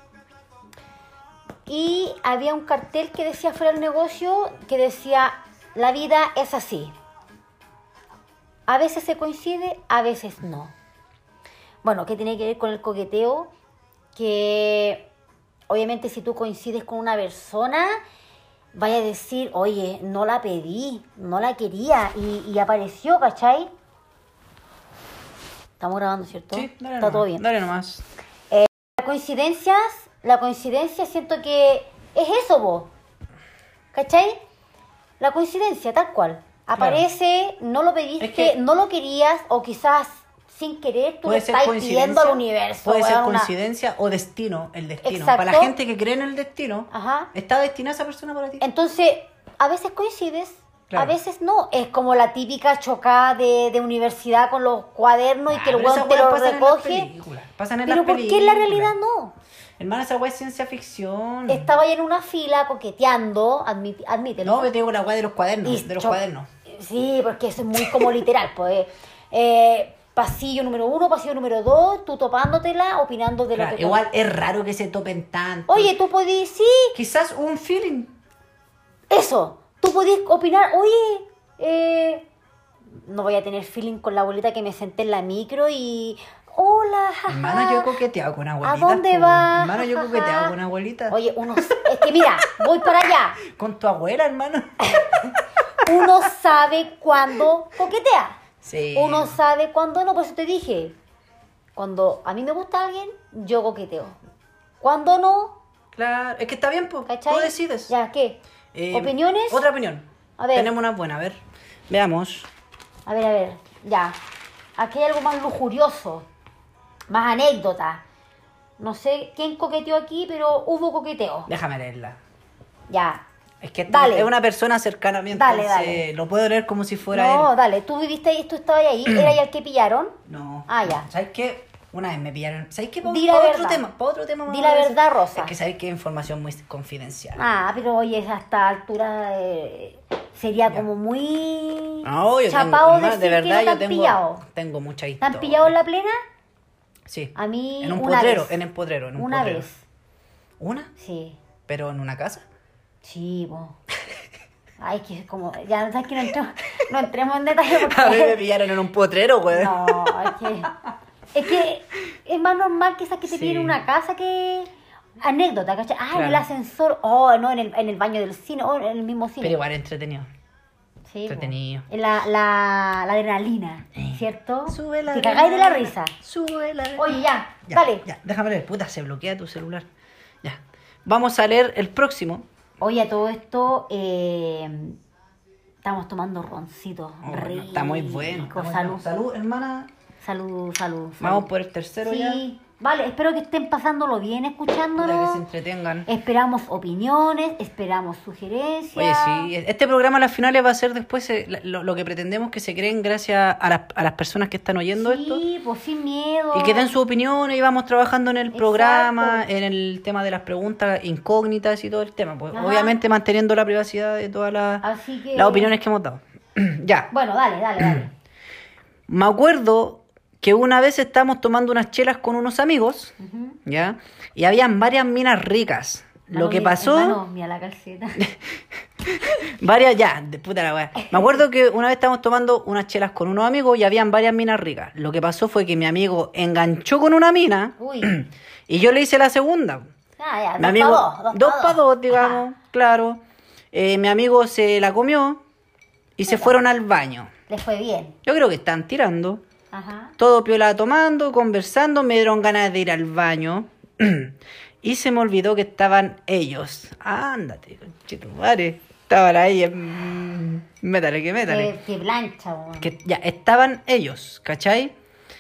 Y había un cartel que decía fuera del negocio, que decía, la vida es así. A veces se coincide, a veces no. Bueno, ¿qué tiene que ver con el coqueteo? Que obviamente si tú coincides con una persona, vaya a decir, oye, no la pedí, no la quería y apareció, ¿cachai? Estamos grabando, ¿cierto? Sí, dale Está todo nomás, bien. Dale nomás. La coincidencia siento que es eso, vos. ¿Cachai? La coincidencia, tal cual. Aparece, no lo pediste, Es que- no lo querías, o quizás sin querer tú le Puede ser estás coincidencia, pidiendo al universo. puede ser weón, una- coincidencia o destino, el destino. Exacto. Para la gente que cree en el destino, Ajá. ¿está destinada esa persona para ti? Entonces, a veces coincides, Claro. a veces no. Es como la típica chocada de universidad con los cuadernos y que el Pero weón esas te weas lo pasan en las recoge. películas, pasan en Pero las ¿por qué en la películas. realidad no? Hermana, esa weá es ciencia ficción. Estaba ahí en una fila coqueteando, admítelo. No, me tengo la weá de los cuadernos, Y de los cho- cuadernos. Sí, porque eso es muy como literal, pues. Pasillo número 1, pasillo número 2, tú topándotela, opinando de Claro, lo que... igual es raro que se topen tanto. Oye, tú podías, sí, Quizás un feeling. eso, tú podías opinar, oye, no voy a tener feeling con la abuelita que me senté en la micro y... Hola, jaja. Hermano, yo he coqueteado con abuelitas. dónde po. vas? Hermano, yo he coqueteado con abuelitas. Oye, es que mira, voy para allá. Con tu abuela, hermano. Uno sabe cuándo coquetea. Sí. Uno sabe cuándo no, por eso te dije. Cuando a mí me gusta alguien, yo coqueteo. Cuando no, Claro, es que está bien, pues. ¿cachai? Tú decides. Ya, ¿qué? Eh, ¿Opiniones? Otra opinión. A ver. Tenemos una buena, a ver. Veamos. A ver, ya. Aquí hay algo más lujurioso. Más anécdota. No sé quién coqueteó aquí, pero hubo coqueteo. Déjame leerla. Ya. Es que Dale. es una persona cercana a mí, Dale, entonces dale. lo puedo leer como si fuera No, él. dale, tú viviste ahí, tú estabas ahí. ¿Era ya el que pillaron? No. Ah, ya. ¿Sabes qué? Una vez me pillaron. ¿Sabes qué? Para Di la otro verdad. tema. Para otro tema. Di vamos la a ver verdad, eso. Rosa. Es que sabes que es información muy confidencial. Ah, pero oye, a esta altura sería como muy No, yo chapado tengo, decir de verdad, que no te yo han tengo, pillado. tengo mucha ¿Te historia. han pillado en la plena? Sí. A mí En un una potrero, vez. en el potrero, en un Una potrero. vez. ¿Una? Sí. ¿Pero en una casa? Sí, po. Ay, que es como... Ya, ¿sabes que no entremos en detalle porque... A mí me pillaron en un potrero, güey. No, es que es más normal que que te Sí. pillen en una casa que... Anécdota, ¿cachai? Ah, en el Claro. ascensor. Oh, no, en el baño del cine. Oh, en el mismo cine. Pero igual entretenido. Sí, po. entretenido. La adrenalina, ¿cierto? Sube la Te cagáis de la risa. Sube la Oye, ya, Ya, dale. Ya, déjame leer. Puta, se bloquea tu celular. Ya. Vamos a leer el próximo. Oye, a todo esto, estamos tomando roncito. Oh, rico. está muy bueno. está muy Salud. bueno. Salud, hermana. Salud, salud. Vamos por el tercero ya. Sí, vale, espero que estén pasándolo bien Puta, escuchándonos. que se entretengan. Esperamos opiniones, esperamos sugerencias. Oye, sí, este programa a las finales va a ser después lo que pretendemos que se creen gracias a las personas que están oyendo esto. Sí, pues sin miedo. Y que den sus opiniones y vamos trabajando en el Exacto. programa, en el tema de las preguntas incógnitas y todo el tema. Pues, Ajá. obviamente manteniendo la privacidad de todas Así que... las opiniones que hemos dado. Ya. Bueno, dale. Me acuerdo que una vez estábamos tomando unas chelas con unos amigos, Ujú. ¿ya? Y habían varias minas ricas. Lo que pasó... Hermano, mira la calceta. Varias, ya, de puta la weá. Me acuerdo que una vez estábamos tomando unas chelas con unos amigos y habían varias minas ricas. Lo que pasó fue que mi amigo enganchó con una mina Uy. y yo le hice la segunda. Ah, ya, Mi dos amigo, pa' dos, dos para dos, digamos, claro. Mi amigo se la comió y se fueron al baño. Les fue bien. Yo creo que están tirando. Ajá. Todo piola tomando, conversando, me dieron ganas de ir al baño. Y se me olvidó que estaban ellos. Ándate, conchetumare. Estaban ahí. Métale, que métale. Qué plancha, weón. Que ya, estaban ellos, ¿cachai?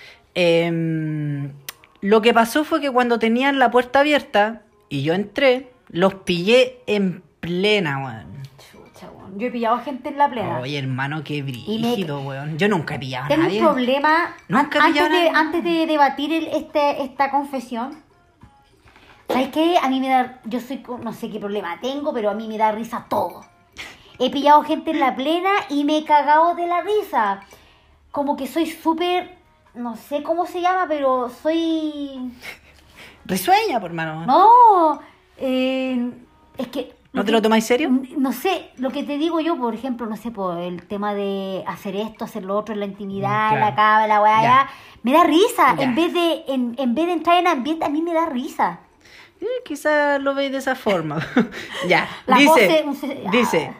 Lo que pasó fue que cuando tenían la puerta abierta y yo entré, los pillé en plena, weón. Chucha, weón. Yo he pillado a gente en la plena. Oye, hermano, qué Y brígido, weón. Yo nunca he pillado a Tengo nadie. un problema. Nunca he pillado a nadie. Antes de debatir esta confesión, ¿sabes qué? A mí me da. Yo soy. No sé qué problema tengo, pero a mí me da risa todo. He pillado gente en la plena y me he cagado de la risa. Como que soy súper. No sé cómo se llama, pero soy. Risueña, por hermano. No. Es que. ¿No te lo tomáis serio? No sé, lo que te digo yo, por ejemplo, no sé, por el tema de hacer esto, hacer lo otro en la intimidad, Claro. la cama, la weá, Ya. ya, me da risa. Ya. En vez de entrar en ambiente, a mí me da risa. Quizás lo veis de esa forma. Ya. La Dice, pose- dice,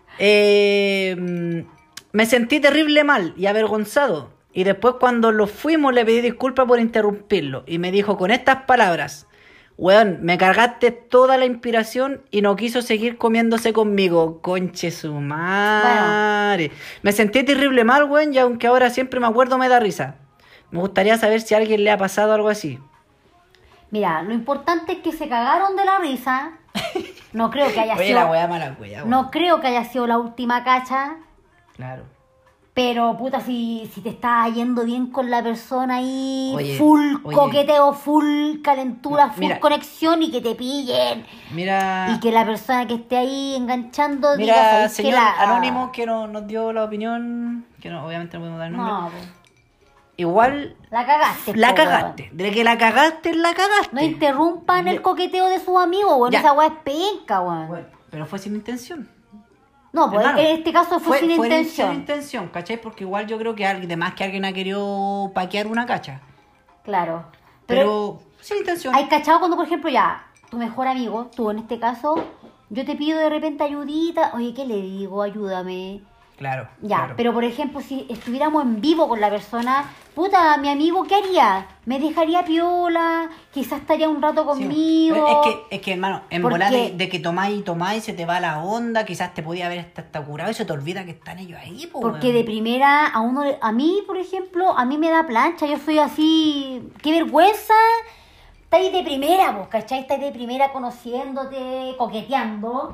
me sentí terrible mal y avergonzado. Y después cuando lo fuimos le pedí disculpas por interrumpirlo. Y me dijo con estas palabras, Weón, me cargaste toda la inspiración y no quiso seguir comiéndose conmigo. Conche su madre. Me sentí terrible mal, weón, y aunque ahora siempre me acuerdo me da risa. Me gustaría saber si a alguien le ha pasado algo así. Mira, lo importante es que se cagaron de la risa. No creo que haya Oye, sido... la weá mala weá, weón. No creo que haya sido la última cacha. Claro. Pero, puta, si te está yendo bien con la persona ahí, Oye, full oye. coqueteo, full calentura, full Mira. conexión y que te pillen. Mira... Y que la persona que esté ahí enganchando diga, Mira, ¿sabes qué? señor Anónimo, que nos dio la opinión, que no, obviamente no podemos dar nombre. No, po. Igual La cagaste. la po, cagaste. weón. De que la cagaste, la cagaste. No interrumpan el coqueteo de sus amigos, weón. Ya. Esa weá es penca, weón. Bueno, pero fue sin intención. No, pues Hermano, en este caso fue sin intención. Sin intención, ¿cachai? Porque igual yo creo que además que alguien ha querido paquear una cacha. Claro. Pero sin intención. Hay cachado cuando, por ejemplo, ya, tu mejor amigo, tú en este caso, yo te pido de repente ayudita. Oye, ¿qué le digo? Ayúdame. Claro. Ya, claro. pero por ejemplo, si estuviéramos en vivo con la persona, puta, mi amigo, ¿qué haría? ¿Me dejaría piola? Quizás estaría un rato Sí, conmigo. pero es que, hermano, en Porque- volar de que tomáis y tomáis, se te va la onda, quizás te podía haber hasta curado y se te olvida que están ellos ahí, po, Porque weón. de primera, a mí, por ejemplo, a mí me da plancha, yo soy así, qué vergüenza. Estáis de primera, vos, ¿cachai? Estáis de primera conociéndote, coqueteando.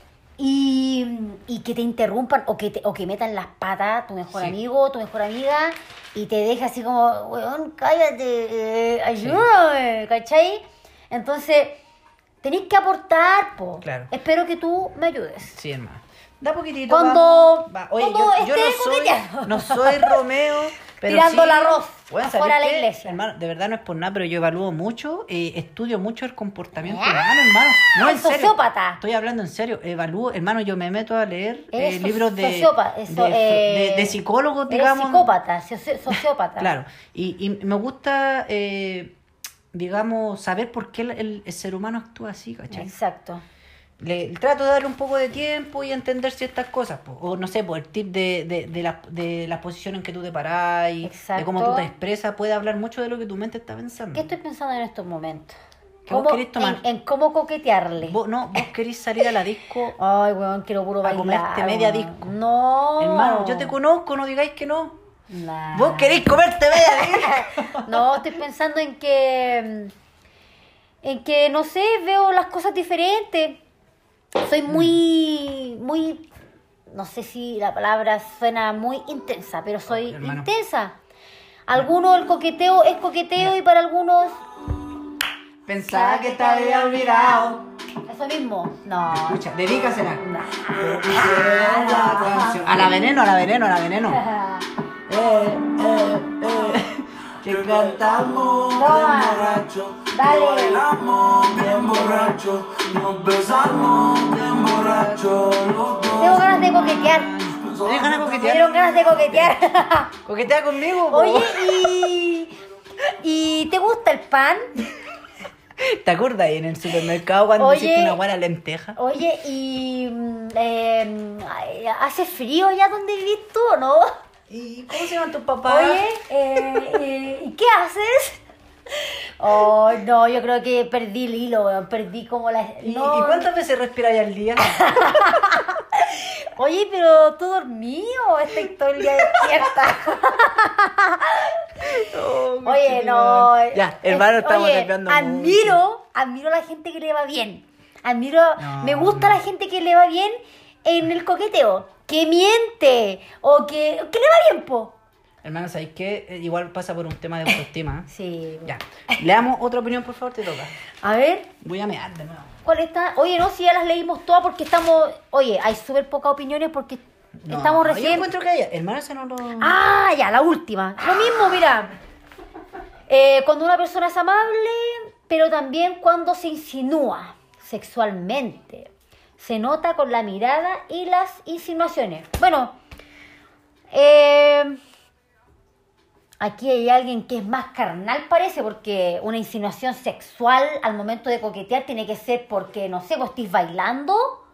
Y que te interrumpan o que metan las patas tu mejor Sí. amigo, tu mejor amiga, y te deja así como, weón, cállate, ayúdame, ¿cachai? Entonces, tenéis que aportar, po. Claro. Espero que tú me ayudes. Sí, hermano. Da poquitito. Cuando- vamos. Va. Oye, cuando yo esté no coqueteando. no soy Romeo, pero Tirando sí, el arroz bueno, afuera ¿sabes de la qué? iglesia. Hermano, de verdad no es por nada, pero yo evalúo mucho, estudio mucho el comportamiento Ah, humano, hermano. No, en serio. sociópata. Estoy hablando en serio. Evalúo, hermano, yo me meto a leer Eres libros de, sociópata, de psicólogos, eres digamos. psicópata, sociópata. Claro. Y me gusta, digamos, saber por qué el ser humano actúa así, ¿cachai? Exacto. Le trato de darle un poco de tiempo y entender ciertas cosas, po. O no sé, por el tip de la posición en que tú te parás y de Exacto. cómo tú te expresas, puede hablar mucho de lo que tu mente está pensando. ¿Qué estoy pensando en estos momentos? ¿Qué vos querés tomar? En cómo coquetearle. Vos querés salir a la disco, Ay, weón, quiero puro A bailar. comerte media weón. disco. No. hermano, yo te conozco, no digáis que no. Nah. Vos querés comerte media disco. No, estoy pensando en que, no sé, veo las cosas diferentes. Soy muy, no sé si la palabra suena muy intensa, pero soy hermano. intensa. Algunos el coqueteo es coqueteo y para algunos Pensaba que te había olvidado. eso mismo. No. Escucha, dedícasela. Nah. A la veneno, a la veneno, a la veneno. Que cantamos Toma. borracho, Dale. bailamos bien borracho, nos besamos bien borracho, los dos. Tengo ganas de coquetear. ¿Tienes ganas de Me coquetear? dieron ganas de coquetear. Coquetea conmigo, po. Oye, ¿y te gusta el pan? ¿Te acuerdas ahí en el supermercado cuando Oye. hiciste una buena lenteja? Oye, ¿y hace frío allá donde vivís tú o no? ¿Y cómo se llaman tus papás? Oye, ¿y qué haces? Oh, no, yo creo que perdí el hilo, weón. Perdí como la... ¿Y no. cuántas veces respiráis al día? Oye, pero ¿tú dormido? Estoy todo el día despierta. Oye, no. Ya, hermano, estamos oye, desviando admiro a la gente que le va bien. Me gusta la gente que le va bien en el coqueteo. Que miente. O que le va bien, po. Hermano, ¿sabéis qué? Igual pasa por un tema de autoestima. Sí. Ya. Leamos otra opinión, por favor, te toca. A ver, Voy a mear de nuevo. ¿cuál está? Oye, no, si ya las leímos todas porque estamos... Oye, hay súper pocas opiniones porque estamos Yo recién... encuentro que hay... Hermano, ese no lo... Ah, ya, la última. Lo mismo, mira. Cuando una persona es amable, pero también cuando se insinúa sexualmente. Se nota con la mirada y las insinuaciones. Bueno, aquí hay alguien que es más carnal, parece, porque una insinuación sexual al momento de coquetear tiene que ser porque, no sé, vos estés bailando.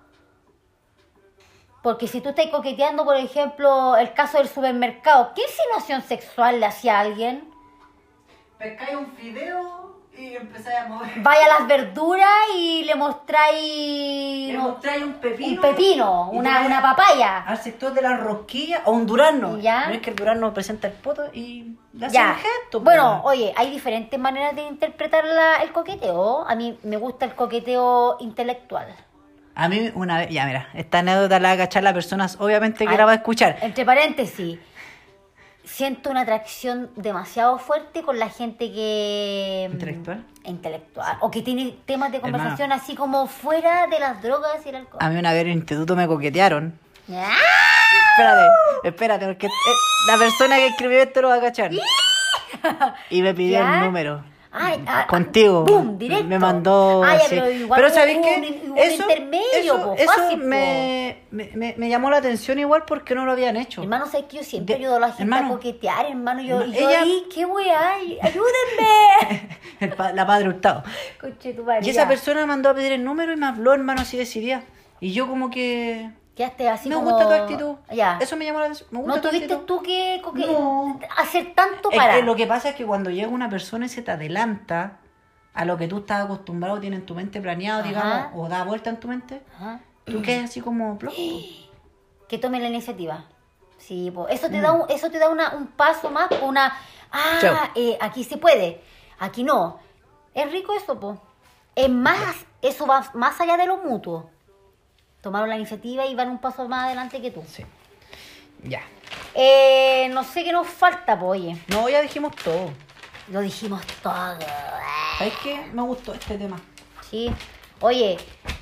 Porque si tú estás coqueteando, por ejemplo, el caso del supermercado, ¿qué insinuación sexual le hacía a alguien? Pescáis un fideo Y empezáis a mover. Vaya a las verduras y le mostráis... Le mostráis un pepino. Un pepino, Y una vais papaya. Al sector de la rosquilla o un durazno. Ya. No es que el durazno presenta el poto y le hace Ya. un gesto. Bueno, pues. oye, hay diferentes maneras de interpretar el coqueteo. A mí me gusta el coqueteo intelectual. A mí una vez, ya mira, esta anécdota la va a cachar las personas, obviamente que Ay, la va a escuchar. Entre paréntesis, siento una atracción demasiado fuerte con la gente que... ¿Intelectual? Intelectual. O que tiene temas de conversación así como fuera de las drogas y el alcohol. A mí una vez en el instituto me coquetearon. ¡Ah! Espérate, porque la persona que escribió esto lo va a cachar. Y me pidió ¿Ya? el número. Ay, Contigo. ¡Bum! Directo. Me mandó. Ah, ya, sí. pero igual Pero hubo ¿sabéis un qué? intermedio, po, fácil, po. me llamó la atención igual porque no lo habían hecho. Hermano, ¿sabes que yo siempre ayudo a la gente hermano, a coquetear, hermano? Yo ella- ahí, ¿qué weá? ¡Ayúdenme! La padre Hurtado. Conche tu madre, Y esa ya. persona me mandó a pedir el número y me habló, hermano, así decidía. Y yo como que... Quedaste así me como... gusta tu actitud. Ya. Eso me llamó la atención. Me gusta ¿No tu tuviste actitud. tú que No. hacer tanto Es para...? que lo que pasa es que cuando llega una persona y se te adelanta a lo que tú estás acostumbrado, tienes en tu mente planeado, Ajá. digamos, o da vuelta en tu mente, Ajá. tú quedas así como... plof. Que tome la iniciativa. Sí, po. Eso te da un paso más, una... Chao. Aquí se puede, aquí no. Es rico eso, po. Es más, eso va más allá de lo mutuo. Tomaron la iniciativa y van un paso más adelante que tú. Sí. Ya. No sé qué nos falta, po, oye. No, ya dijimos todo. Lo dijimos todo. ¿Sabes qué? Me gustó este tema. Sí. Oye,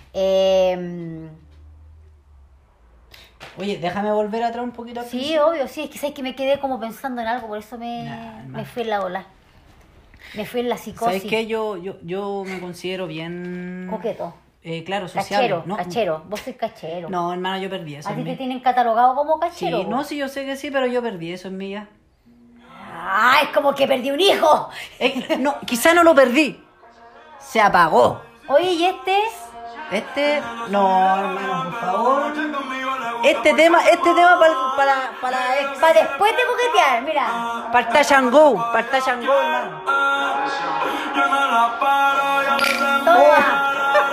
Oye, déjame volver atrás un poquito. al sí, principio. obvio, sí. Es que sabes que me quedé como pensando en algo, por eso Nah, hermano. me fui en la ola. Me fui en la psicosis. ¿Sabes qué? Yo me considero bien... Coqueto. Claro, sociable. Cachero, No, cachero. Vos sois cachero. No, hermano, yo perdí eso ¿A en ti te mí. tienen catalogado como Sí, cachero? po? no, sí, yo sé que sí, pero yo perdí eso en mí ya. ¡Ah, es como que perdí un hijo! No, quizá no lo perdí. Se apagó. Oye, ¿y este? No, hermano, por favor. Este tema para ex. Para después de coquetear, mira. Para el touch and go, hermano. Yo no la paro, yo me Toma.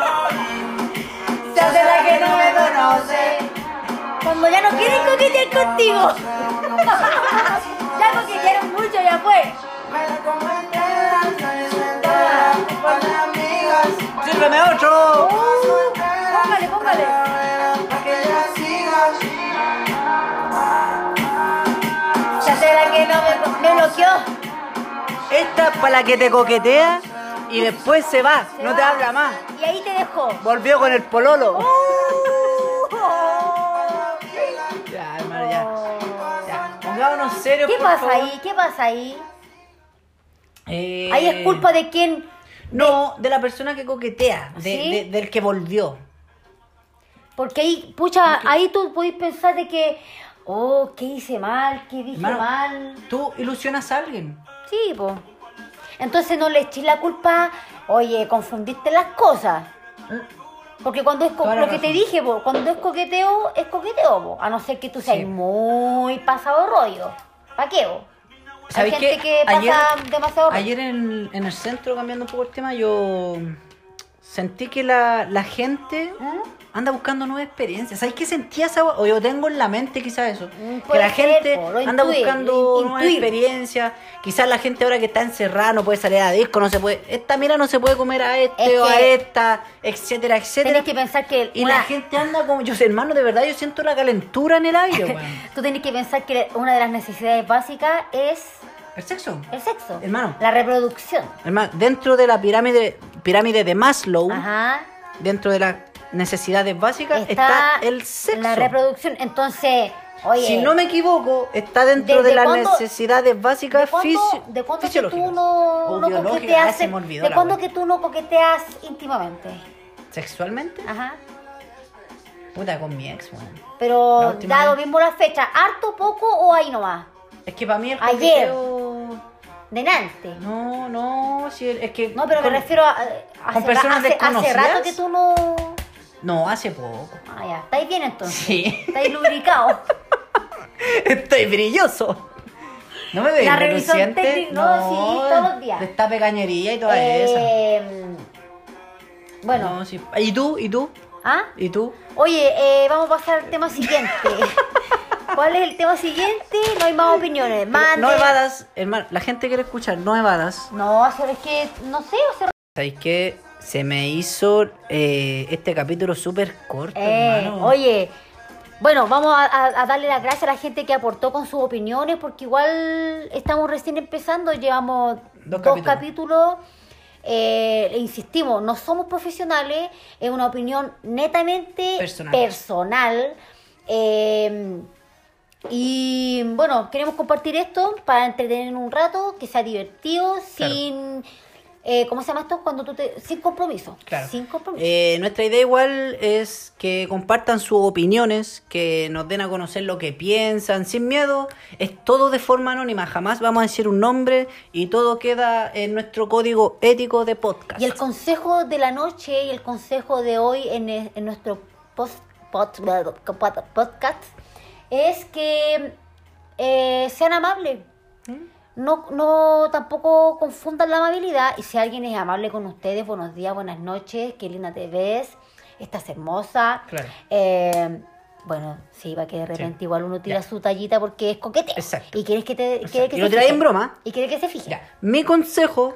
Se hace la que no me conoce. Cuando ya no quieren coquetear contigo. Ya coquetearon mucho, ya fue. Sírveme otro. Póngale, póngale. Se hace la que no me bloqueó. Esta es para la que te coquetea y después se va, no te habla más. Y ahí te dejó. Volvió con el pololo. Ya, hermano, ya. Pongámonos serios, ¿Qué por pasa favor. ahí? ¿Qué pasa ahí? Eh, Ahí es culpa de quién. No, de la persona que coquetea, ¿Sí? del que volvió. Porque ahí, pucha, ahí tú podés pensar de que, oh, ¿qué hice mal? ¿Qué dije Hermano, mal? tú ilusionas a alguien. Sí, pues. Entonces no le eches la culpa, oye, confundiste las cosas. Porque cuando es Toda la lo que te razón. dije, po, cuando es coqueteo, po. A no ser que tú seas Sí. muy pasado rollo. ¿Para qué, po? Hay ¿Sabes gente qué? que pasa demasiado rollo. Ayer en el centro, cambiando un poco el tema, yo sentí que la gente anda buscando nuevas experiencias. ¿Sabes qué sentía esa? O yo tengo en la mente quizás eso. Que puede la ser, gente po, lo anda intuye, buscando nuevas intuir. experiencias. Quizás la gente ahora que está encerrada no puede salir a disco, no se puede... Esta mira no se puede comer a este Es o a que esta, etcétera, etcétera. Tenés que pensar que Y la gente anda como... Yo sé, hermano, de verdad yo siento la calentura en el aire, weón. tú tenés que pensar que una de las necesidades básicas es El sexo. el sexo. Hermano. La reproducción. Hermano, dentro de la pirámide de Maslow, Ajá. dentro de las necesidades básicas, está el sexo. La reproducción. Entonces, oye. Si no me equivoco, está dentro ¿Desde de las cuándo- nesicidades básicas ¿De cuándo que fisiológicas. tú no O biológicas, coqueteas? se me olvidó ¿De la cuándo wea. que tú no coqueteas íntimamente? ¿Sexualmente? Ajá. Puta, con mi ex, weón. La Pero última dado vez. mismo la fecha, ¿harto, poco o ahí nomás? Es que para mí el Ayer. coqueteo... Delante. No, si es que... No, pero me con- refiero a con personas hace desconocidas. rato que tú no... No, hace poco. Ah, ya. ¿Estáis bien entonces? Sí. ¿Estáis lubricados? Estoy brilloso. No me veis La revisión reluciente. técnica, no, sí, todos los días. Destape cañería y toda esa. Bueno, No, sí. ¿Y tú? ¿Y tú? ¿ah? ¿Y tú? Oye, vamos a pasar al tema siguiente. ¿Cuál es el tema siguiente? No hay más opiniones. Mande. No evadas, hermano. La gente quiere escuchar, no evadas. No, es que, no sé, o sea... ¿Sabéis qué? Se me hizo este capítulo súper corto, hermano. Oye, bueno, vamos a darle las gracias a la gente que aportó con sus opiniones, porque igual estamos recién empezando, llevamos Dos dos capítulos. Insistimos, no somos profesionales, es una opinión netamente personal. Y bueno, queremos compartir esto para entretener un rato, que sea divertido, Claro. sin... ¿cómo se llama esto? Sin compromiso. Claro. Sin compromiso. Nuestra idea igual es que compartan sus opiniones, que nos den a conocer lo que piensan, sin miedo. Es todo de forma anónima, jamás vamos a decir un nombre y todo queda en nuestro código ético de podcast. Y el consejo de la noche y el consejo de hoy en nuestro podcast es que sean amables. No tampoco confundan la amabilidad, y si alguien es amable con ustedes, buenos días, buenas noches, qué linda te ves, estás hermosa. Claro. Bueno, sí, va que de repente Sí. igual uno tira Ya. su tallita porque es coqueteo. Exacto. Y quieres que Exacto. que Y lo se tiráis fije. en broma. Y quieres que se fije. Ya. Mi consejo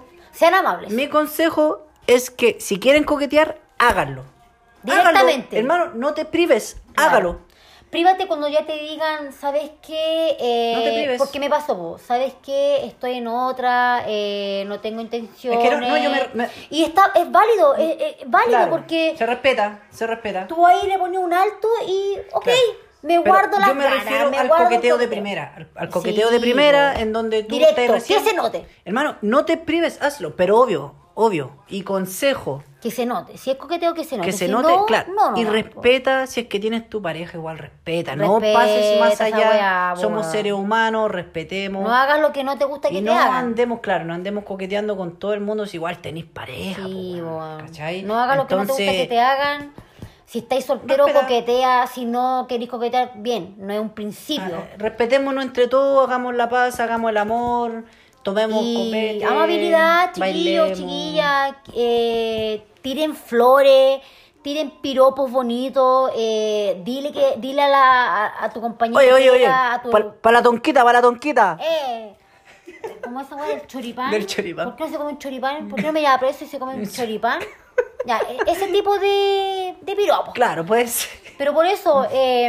es que si quieren coquetear, háganlo. Directamente. Hermano, no te prives, Claro. hágalo. Prívate cuando ya te digan, ¿sabes qué? No te prives. ¿Por qué me pasó vos? ¿Sabes qué? Estoy en otra, no tengo intenciones. Es que no, yo me- Y es válido, es válido Claro. porque Se respeta. tú ahí le pones un alto y, ok, Claro. me Pero guardo las yo me ganas, refiero me al guardo el coqueteo de coqueteo. primera. Al coqueteo Sí, de primera, po. en donde tú Directo, estás recién. que se note. Hermano, no te prives, hazlo, pero obvio. Y consejo, Que se note. Si es coqueteo, que se note. que se Si note, no, claro. no, y po. respeta, si es que tienes tu pareja, igual respeta. No Respeta pases más esa allá. weá, po, Somos weón. seres humanos, respetemos. No hagas lo que no te gusta que y te no hagan. no andemos coqueteando con todo el mundo si igual tenéis pareja. Sí, po, weón, weón. ¿cachai? No hagas lo que no te gusta Entonces, que te hagan. Si estáis soltero, Respeta. coquetea. Si no queréis coquetear, bien. No es un principio. respetémonos entre todos, hagamos la paz, hagamos el amor, tomemos Y copete, amabilidad, chiquillos, bailemos. chiquillas. Tiren flores, tiren piropos bonitos. Dile a tu compañera. Oye, a tu, para la tonquita. ¿cómo es esa weá del choripán? Del choripán. ¿Por qué no se come un choripán? ¿Por qué no me llama preso y se come un choripán? Ya, ese tipo de piropos. Claro, pues. Pero por eso,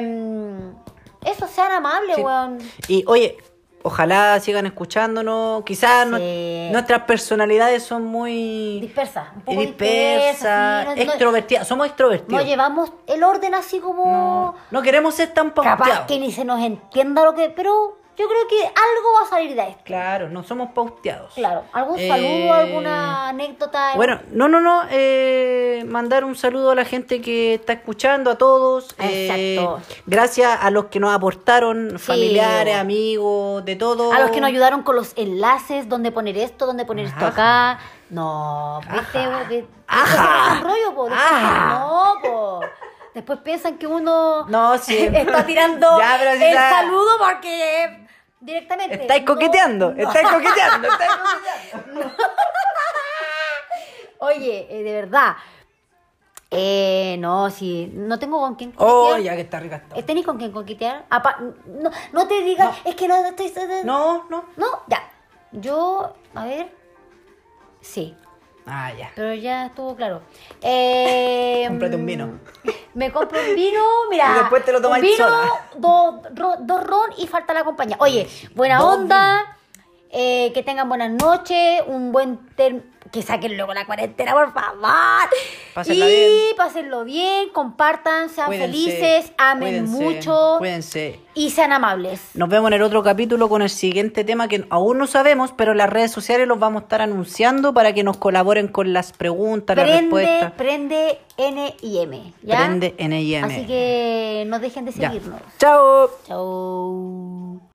eso, sean amables, Sí. weón. Y oye, ojalá sigan escuchándonos. Quizás Sí. nuestras personalidades son muy Dispersa, un poco dispersas, dispersa, sí, extrovertidas. Somos no extrovertidos. llevamos el orden así como... No queremos ser tan Capaz pauteados. que ni se nos entienda lo que... Pero yo creo que algo va a salir de esto. Claro, no somos pauteados. Claro, algún saludo, alguna anécdota. Bueno, mandar un saludo a la gente que está escuchando, a todos. Exacto. Gracias a los que nos aportaron, Sí. familiares, amigos, de todo. A los que nos ayudaron con los enlaces, dónde poner esto, dónde poner esto Ajá. acá. No, viste, Ajá. es un rollo, po. Después, Ajá. no, po. Después piensan que uno No, sí. está tirando Ya, pero si el está- saludo porque directamente. Estáis no, coqueteando, no. estáis coqueteando. Oye, de verdad. No, sí, no tengo con quién Oh, coquetear. ya que está rica esta. ¿Tenéis con quién coquetear? No te digas, es que no estoy... No. No, ya. Yo, a ver. Sí, Ah, ya. pero ya estuvo claro. Cómprate un vino. Me compro un vino, mira. Y después te lo tomáis un vino, sola. dos ron y falta la compañía. Oye, buena Dos onda. Que tengan buenas noches, un buen que saquen luego la cuarentena, por favor. Pásenla y bien. pásenlo bien, compartan, sean Cuídense, felices, amen mucho Cuídense. y sean amables. Nos vemos en el otro capítulo con el siguiente tema que aún no sabemos, pero en las redes sociales los vamos a estar anunciando para que nos colaboren con las preguntas, las respuestas. Prende N y M, ¿ya? Prende N&M. Así que no dejen de Ya. seguirnos. Chao. Chao.